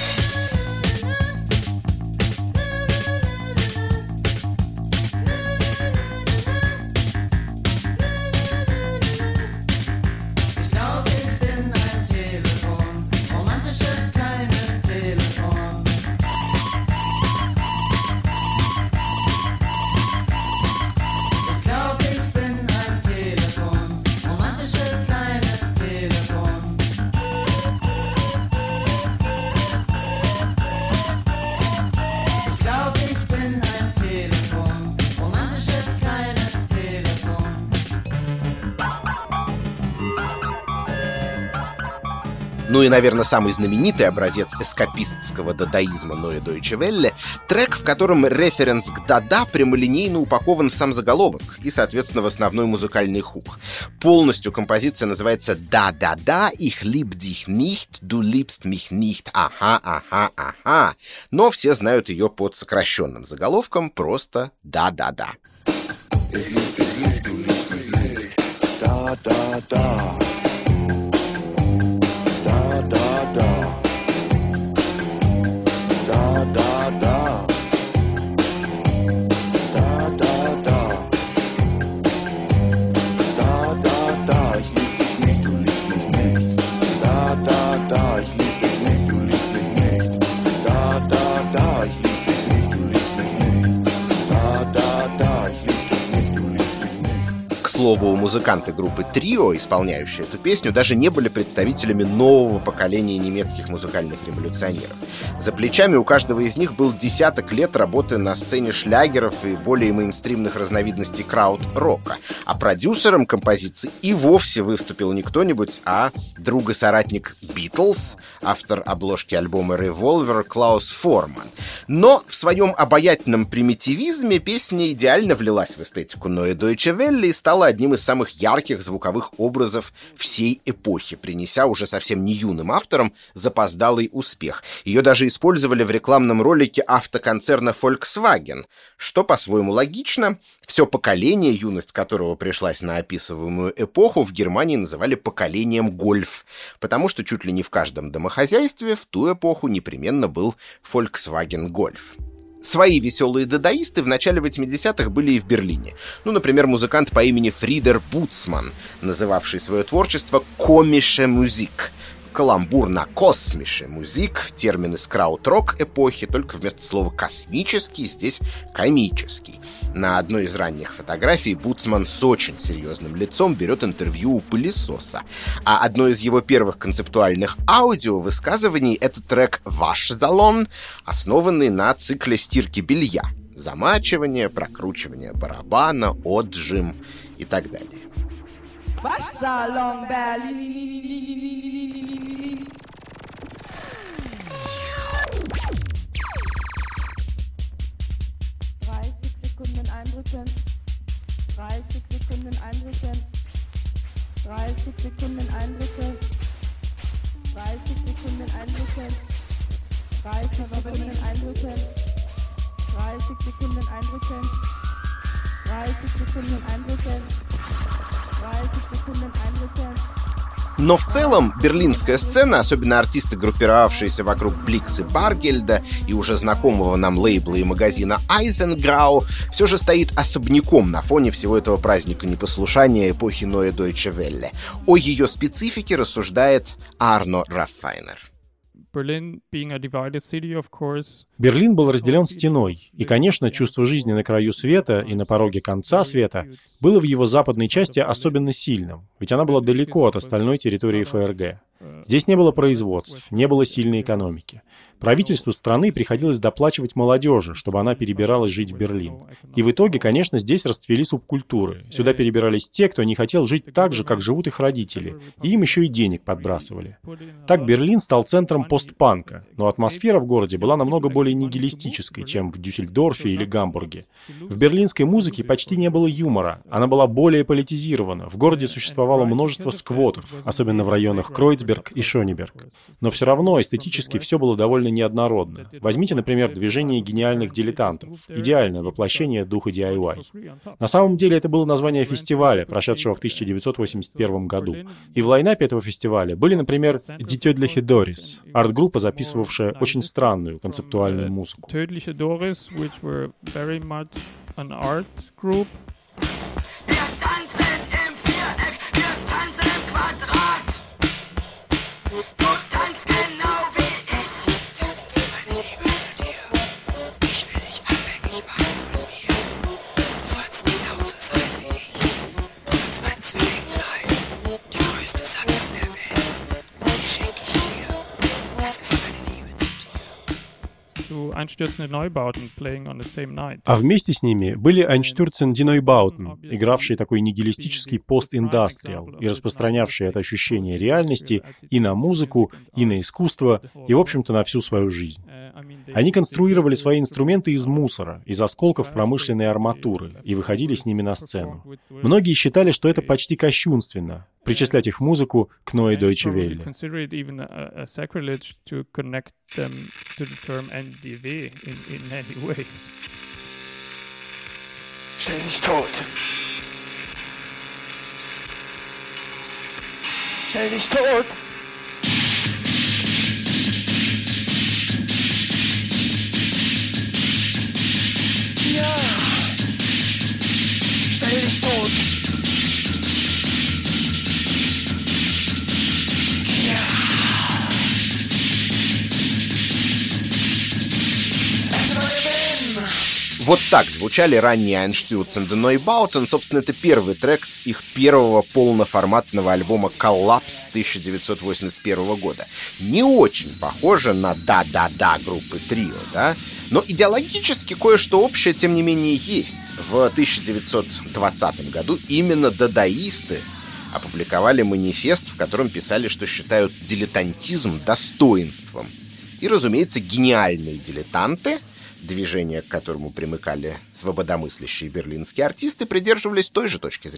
Ну и, наверное, самый знаменитый образец эскапистского дадаизма Neue Deutsche Welle — трек, в котором референс к дада прямолинейно упакован в сам заголовок и, соответственно, в основной музыкальный хук. Полностью композиция называется «Да-да-да, ich lieb dich nicht, du liebst mich nicht, ага, ага, ага». Но все знают ее под сокращенным заголовком просто «Да-да-да». Да-да-да. К слову, музыканты группы Трио, исполняющие эту песню, даже не были представителями нового поколения немецких музыкальных революционеров. За плечами у каждого из них был десяток лет работы на сцене шлягеров и более мейнстримных разновидностей крауд-рока, а продюсером композиции и вовсе выступил не кто-нибудь, а друг и соратник Битлз, автор обложки альбома «Revolver» Клаус Форман. Но в своем обаятельном примитивизме песня идеально влилась в эстетику Neue Deutsche Welle и стала одним из самых ярких звуковых образов всей эпохи, принеся уже совсем не юным авторам запоздалый успех. Ее даже использовали в рекламном ролике автоконцерна Volkswagen, что по-своему логично. Все поколение, юность которого пришлась на описываемую эпоху, в Германии называли поколением гольф, потому что чуть ли не в каждом домохозяйстве в ту эпоху непременно был Volkswagen Golf. Свои веселые дадаисты в начале восьмидесятых были и в Берлине. Ну, например, музыкант по имени Фридер Буцман, называвший свое творчество «комисche Musik». Каламбур на «космише музик», термин из крауд-рок эпохи, только вместо слова «космический» здесь «комический». На одной из ранних фотографий Буцман с очень серьезным лицом берет интервью у пылесоса. А одно из его первых концептуальных аудиовысказываний — это трек «Ваш салон», основанный на цикле стирки белья. Замачивание, прокручивание барабана, отжим и так далее. Waschsalon Berlin. dreißig Sekunden eindrücken. dreißig Sekunden eindrücken. dreißig Sekunden eindrücken. dreißig Sekunden eindrücken. dreißig Sekunden eindrücken. dreißig Sekunden eindrücken. dreißig Sekunden eindrücken. Но в целом берлинская сцена, особенно артисты, группировавшиеся вокруг Бликс и Баргельда и уже знакомого нам лейбла и магазина Eisengrau, все же стоит особняком на фоне всего этого праздника непослушания эпохи Neue Deutsche Welle. О ее специфике рассуждает Арно Раффайнер. Berlin being a divided city, of course. Берлин был разделен стеной, и, конечно, чувство жизни на краю света и на пороге конца света было в его западной части особенно сильным, ведь она была далеко от остальной территории ФРГ. Здесь не было производств, не было сильной экономики. Правительству страны приходилось доплачивать молодежи, чтобы она перебиралась жить в Берлин. И в итоге, конечно, здесь расцвели субкультуры. Сюда перебирались те, кто не хотел жить так же, как живут их родители, и им еще и денег подбрасывали. Так Берлин стал центром постпанка, но атмосфера в городе была намного более нигилистической, чем в Дюссельдорфе или Гамбурге. В берлинской музыке почти не было юмора, она была более политизирована. В городе существовало множество сквотов, особенно в районах Кройцберг и Шонеберг. Но все равно эстетически все было довольно неоднородно. Возьмите, например, движение гениальных дилетантов, идеальное воплощение духа ди ай вай. На самом деле это было название фестиваля, прошедшего в тысяча девятьсот восемьдесят первом году. И в лайнапе этого фестиваля были, например, Tödliche Doris, арт-группа, записывавшая очень странную концептуальную музыку. Tödliche Doris, which were very much an art group. А вместе с ними были Einstürzen die Neubauten, игравшие такой нигилистический пост-индастриал и распространявшие это ощущение реальности и на музыку, и на искусство, и, в общем-то, на всю свою жизнь. Они конструировали свои инструменты из мусора, из осколков промышленной арматуры, и выходили с ними на сцену. Многие считали, что это почти кощунственно, причислять их музыку к Neue Deutsche Welle. Stell dich tot. Stell dich tot. Ja. Stell dich tot. Вот так звучали ранние Einstürzen die Neubauten. Собственно, это первый трек с их первого полноформатного альбома «Коллапс» тысяча девятьсот восемьдесят первого года. Не очень похоже на «Да-да-да» группы Трио, да? Но идеологически кое-что общее, тем не менее, есть. В тысяча девятьсот двадцатом году именно дадаисты опубликовали манифест, в котором писали, что считают дилетантизм достоинством. И, разумеется, гениальные дилетанты, движение, к которому примыкали свободомыслящие берлинские артисты, придерживались той же точки зрения.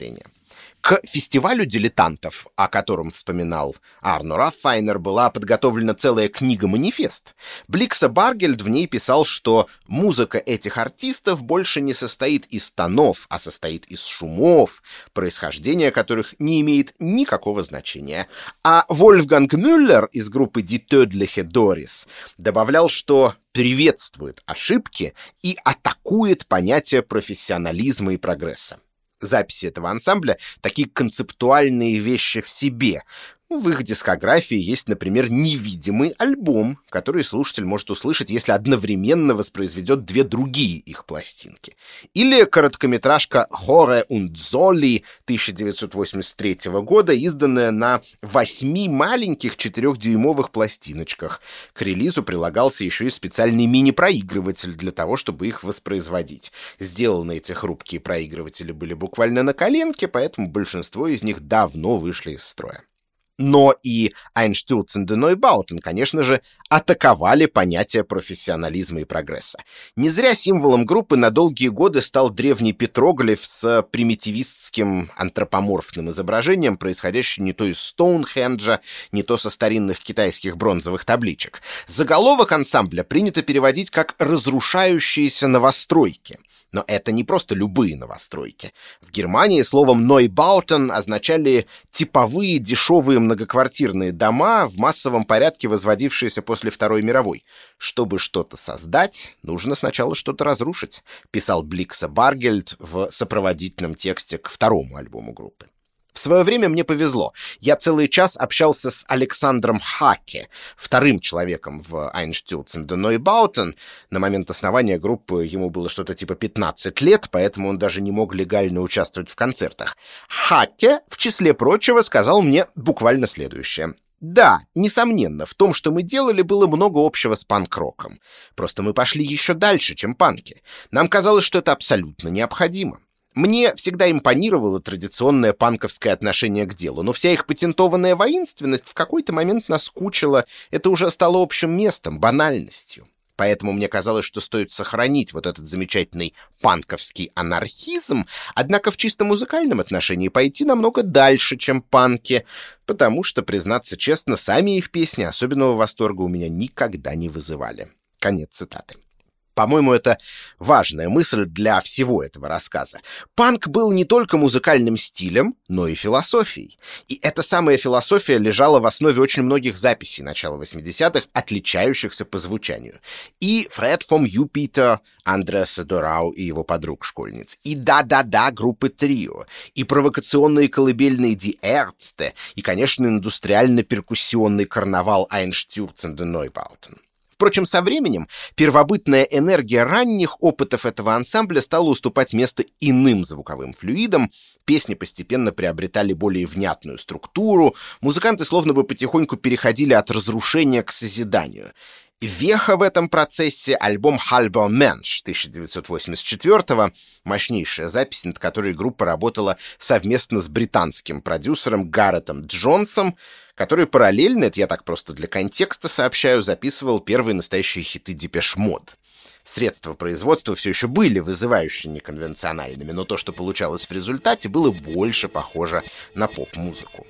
К фестивалю дилетантов, о котором вспоминал Арно Раффайнер, была подготовлена целая книга-манифест. Бликса Баргельд в ней писал, что музыка этих артистов больше не состоит из тонов, а состоит из шумов, происхождение которых не имеет никакого значения. А Вольфганг Мюллер из группы Die Tödliche Doris добавлял, что приветствует ошибки и атакует понятие профессионализма и прогресса. Записи этого ансамбля — такие концептуальные вещи в себе. В их дискографии есть, например, невидимый альбом, который слушатель может услышать, если одновременно воспроизведет две другие их пластинки. Или короткометражка «Хоре und Золи» тысяча девятьсот восемьдесят третьего года, изданная на восьми маленьких четырехдюймовых пластиночках. К релизу прилагался еще и специальный мини-проигрыватель для того, чтобы их воспроизводить. Сделаны эти хрупкие проигрыватели были буквально на коленке, поэтому большинство из них давно вышли из строя. Но и Einstürzende Neubauten, конечно же, атаковали понятие профессионализма и прогресса. Не зря символом группы на долгие годы стал древний петроглиф с примитивистским антропоморфным изображением, происходящий не то из Стоунхенджа, не то со старинных китайских бронзовых табличек. Заголовок ансамбля принято переводить как «разрушающиеся новостройки». Но это не просто любые новостройки. В Германии словом «Neubauten» означали типовые дешевые многоквартирные дома, в массовом порядке возводившиеся после Второй мировой. Чтобы что-то создать, нужно сначала что-то разрушить, писал Бликса Баргельд в сопроводительном тексте к второму альбому группы. В свое время мне повезло. Я целый час общался с Александром Хаке, вторым человеком в Einstürzende Neubauten. На момент основания группы ему было что-то типа пятнадцать лет, поэтому он даже не мог легально участвовать в концертах. Хаке, в числе прочего, сказал мне буквально следующее. Да, несомненно, в том, что мы делали, было много общего с панк-роком. Просто мы пошли еще дальше, чем панки. Нам казалось, что это абсолютно необходимо. Мне всегда импонировало традиционное панковское отношение к делу, но вся их патентованная воинственность в какой-то момент наскучила, это уже стало общим местом, банальностью. Поэтому мне казалось, что стоит сохранить вот этот замечательный панковский анархизм, однако в чисто музыкальном отношении пойти намного дальше, чем панки, потому что, признаться честно, сами их песни особенного восторга у меня никогда не вызывали. Конец цитаты. По-моему, это важная мысль для всего этого рассказа. Панк был не только музыкальным стилем, но и философией. И эта самая философия лежала в основе очень многих записей начала восьмидесятых, отличающихся по звучанию. И Фред фон Юпитер, Андреаса Дорау и его подруг-школьниц, и да-да-да группы Трио, и провокационные колыбельные Die Ärzte, и, конечно, индустриально-перкуссионный карнавал Einstürzende Neubauten. Впрочем, со временем первобытная энергия ранних опытов этого ансамбля стала уступать место иным звуковым флюидам, песни постепенно приобретали более внятную структуру, музыканты словно бы потихоньку переходили от разрушения к созиданию. Веха в этом процессе — альбом «Halber Mensch» тысяча девятьсот восемьдесят четвёртого, мощнейшая запись, над которой группа работала совместно с британским продюсером Гарретом Джонсом, который параллельно, это я так просто для контекста сообщаю, записывал первые настоящие хиты Depeche Mode. Средства производства все еще были вызывающе неконвенциональными, но то, что получалось в результате, было больше похоже на поп-музыку.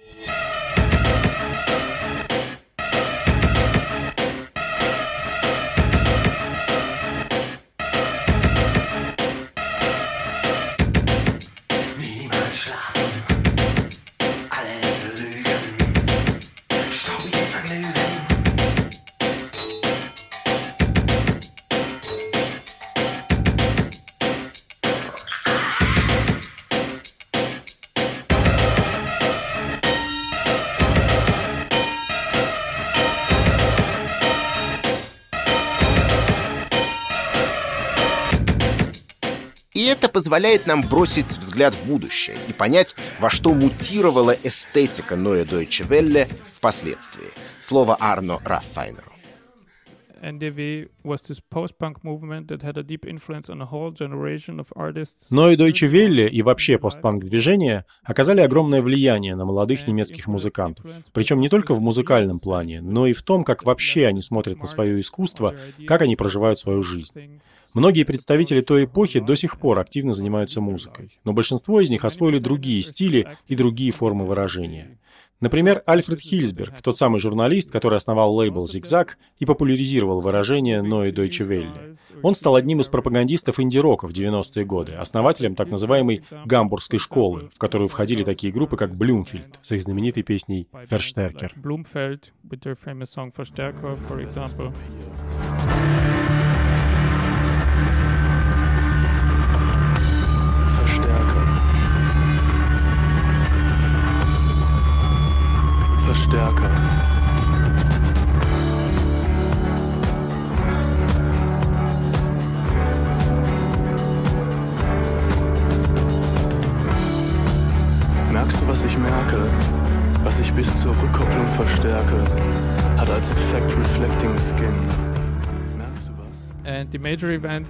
И это позволяет нам бросить взгляд в будущее и понять, во что мутировала эстетика Neue Deutsche Welle впоследствии. Слово Арно Раффайнеру. эн ди ви was this post-punk movement that had a deep influence on a whole generation of artists. Но и Deutsche Welle, и вообще постпанк-движение оказали огромное влияние на молодых немецких музыкантов. Причем не только в музыкальном плане, но и в том, как вообще они смотрят на свое искусство, как они проживают свою жизнь. Многие представители той эпохи до сих пор активно занимаются музыкой, но большинство из них освоили другие стили и другие формы выражения. Например, Альфред Хильсберг, тот самый журналист, который основал лейбл «Зигзаг» и популяризировал выражение «Neue Deutsche Welle». Он стал одним из пропагандистов инди-рока в девяностые годы, основателем так называемой «Гамбургской школы», в которую входили такие группы, как Блюмфельд с их знаменитой песней «Verstärker». Verstärker. Merkst du, was ich merke? Was ich bis zur Rückkopplung verstärke, hat als Effekt Reflecting Skin. Merkst du was? And the major event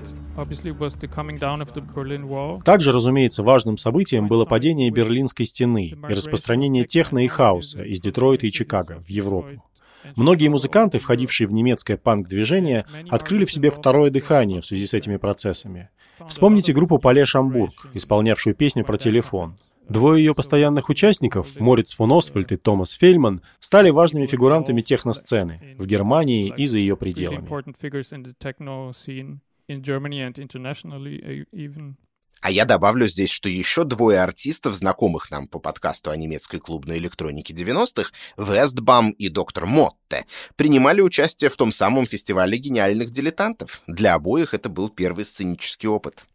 Также, разумеется, важным событием было падение Берлинской стены и распространение техно и хаоса из Детройта и Чикаго в Европу. Многие музыканты, входившие в немецкое панк-движение, открыли в себе второе дыхание в связи с этими процессами. Вспомните группу Пале Шамбург, исполнявшую песню про телефон. Двое ее постоянных участников, Мориц фон Освальд и Томас Фельман, стали важными фигурантами техносцены в Германии и за ее пределами. In Germany and internationally even. А я добавлю здесь, что еще двое артистов, знакомых нам по подкасту о немецкой клубной электронике девяностых, Вестбам и доктор Мотте, принимали участие в том самом фестивале гениальных дилетантов. Для обоих это был первый сценический опыт.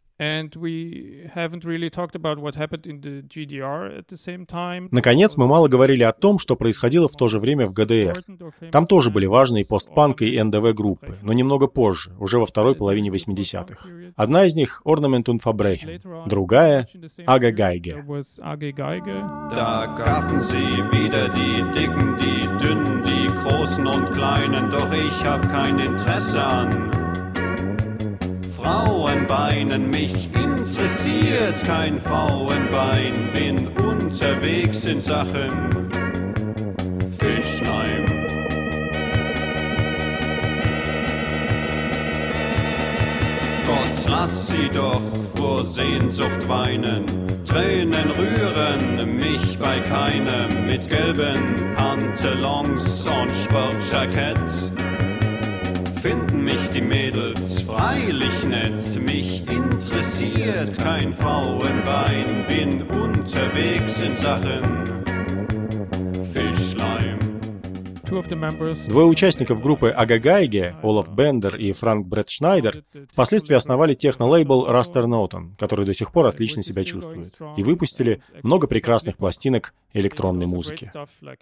Наконец, мы мало говорили о том, что происходило в то же время в ГДР. Там тоже были важные постпанк и эн дэ вэ-группы, но немного позже, уже во второй половине восьмидесятых. Одна из них — Ornament und Verbrechen, другая — Ага Гайге. Da gaffen sie wieder die Dicken, die Dünnen, die Großen und Kleinen, doch ich hab kein Interesse an Frauenbeinen, mich interessiert kein Frauenbein, bin unterwegs in Sachen Fischleim. Gott, lass sie doch vor Sehnsucht weinen, Tränen rühren mich bei keinem, mit gelben Pantalons und Sportjackett. Finden mich die Mädels freilich nett, mich interessiert kein Frauenbein, bin unterwegs in Sachen Fischleim. Двое участников группы Ага Гайге, Олаф Бендер и Франк Брет Шнайдер, впоследствии основали техно-лейбл Растер Нотен, который до сих пор отлично себя чувствует, и выпустили много прекрасных пластинок электронной музыки.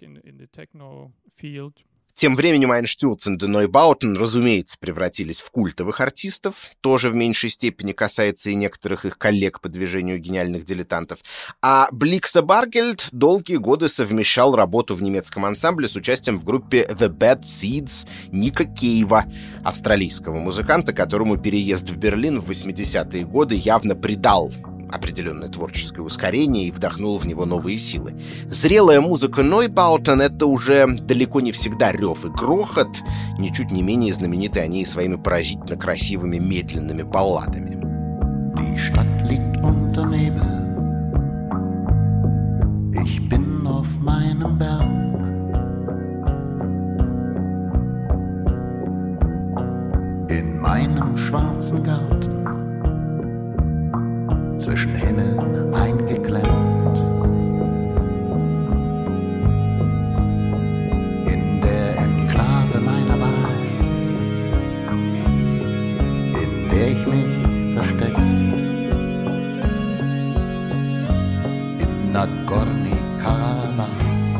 Тем временем Einstürzen und Neubauten, разумеется, превратились в культовых артистов, тоже в меньшей степени касается и некоторых их коллег по движению гениальных дилетантов. А Бликса Баргельд долгие годы совмещал работу в немецком ансамбле с участием в группе The Bad Seeds Ника Кейва, австралийского музыканта, которому переезд в Берлин в восьмидесятые годы явно придал определенное творческое ускорение и вдохнул в него новые силы. Зрелая музыка Neubauten — это уже далеко не всегда рев и грохот, ничуть не менее знамениты они своими поразительно красивыми медленными балладами. Die Stadt liegt unter Nebel. Ich bin auf meinem Berg. In meinem schwarzen Garten. Zwischen Himmeln eingeklemmt. In der Enklave meiner Wahl, in der ich mich verstecke. In Nagorny-Karabach.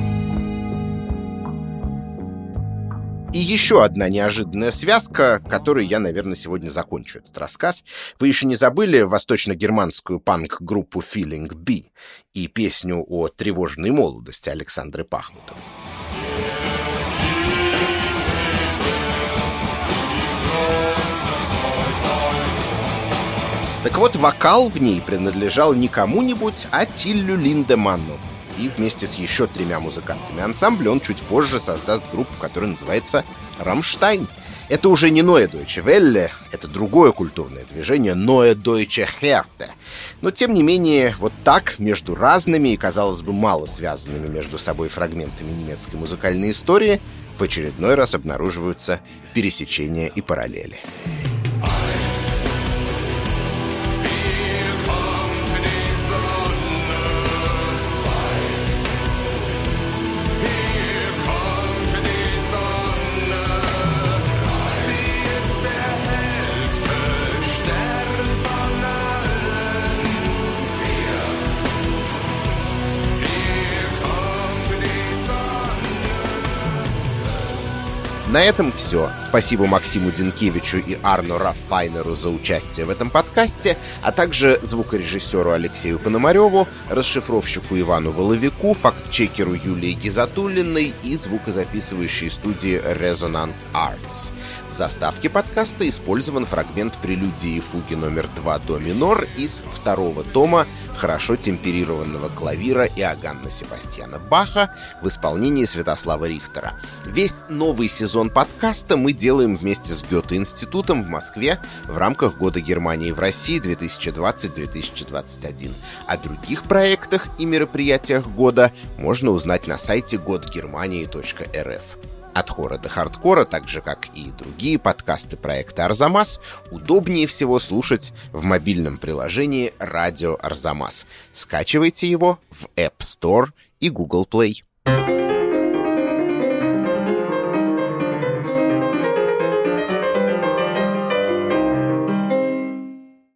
И еще одна неожиданная связка, которой я, наверное, сегодня закончу этот рассказ. Вы еще не забыли восточно-германскую панк-группу Feeling B и песню о тревожной молодости Александры Пахмутовой. Так вот, вокал в ней принадлежал не кому-нибудь, а Тиллю Линдеманну. И вместе с еще тремя музыкантами ансамбля он чуть позже создаст группу, которая называется «Рамштайн». Это уже не Neue Deutsche Welle, это другое культурное движение Neue Deutsche Härte. Но, тем не менее, вот так, между разными и, казалось бы, мало связанными между собой фрагментами немецкой музыкальной истории, в очередной раз обнаруживаются пересечения и параллели. На этом все. Спасибо Максиму Динкевичу и Арно Раффайнеру за участие в этом подкасте, а также звукорежиссеру Алексею Пономареву, расшифровщику Ивану Воловику, фактчекеру Юлии Гизатуллиной и звукозаписывающей студии Resonant Arts. В заставке подкаста использован фрагмент прелюдии и фуги номер два до минор из второго тома хорошо темперированного клавира Иоганна Себастьяна Баха в исполнении Святослава Рихтера. Весь новый сезон подкаста мы делаем вместе с Гёте-институтом в Москве в рамках Года Германии в России две тысячи двадцать - две тысячи двадцать один. О других проектах и мероприятиях года можно узнать на сайте годгермании точка эр эф. От хора до хардкора, так же как и другие подкасты проекта «Арзамас», удобнее всего слушать в мобильном приложении «Радио Арзамас». Скачивайте его в App Store и Google Play.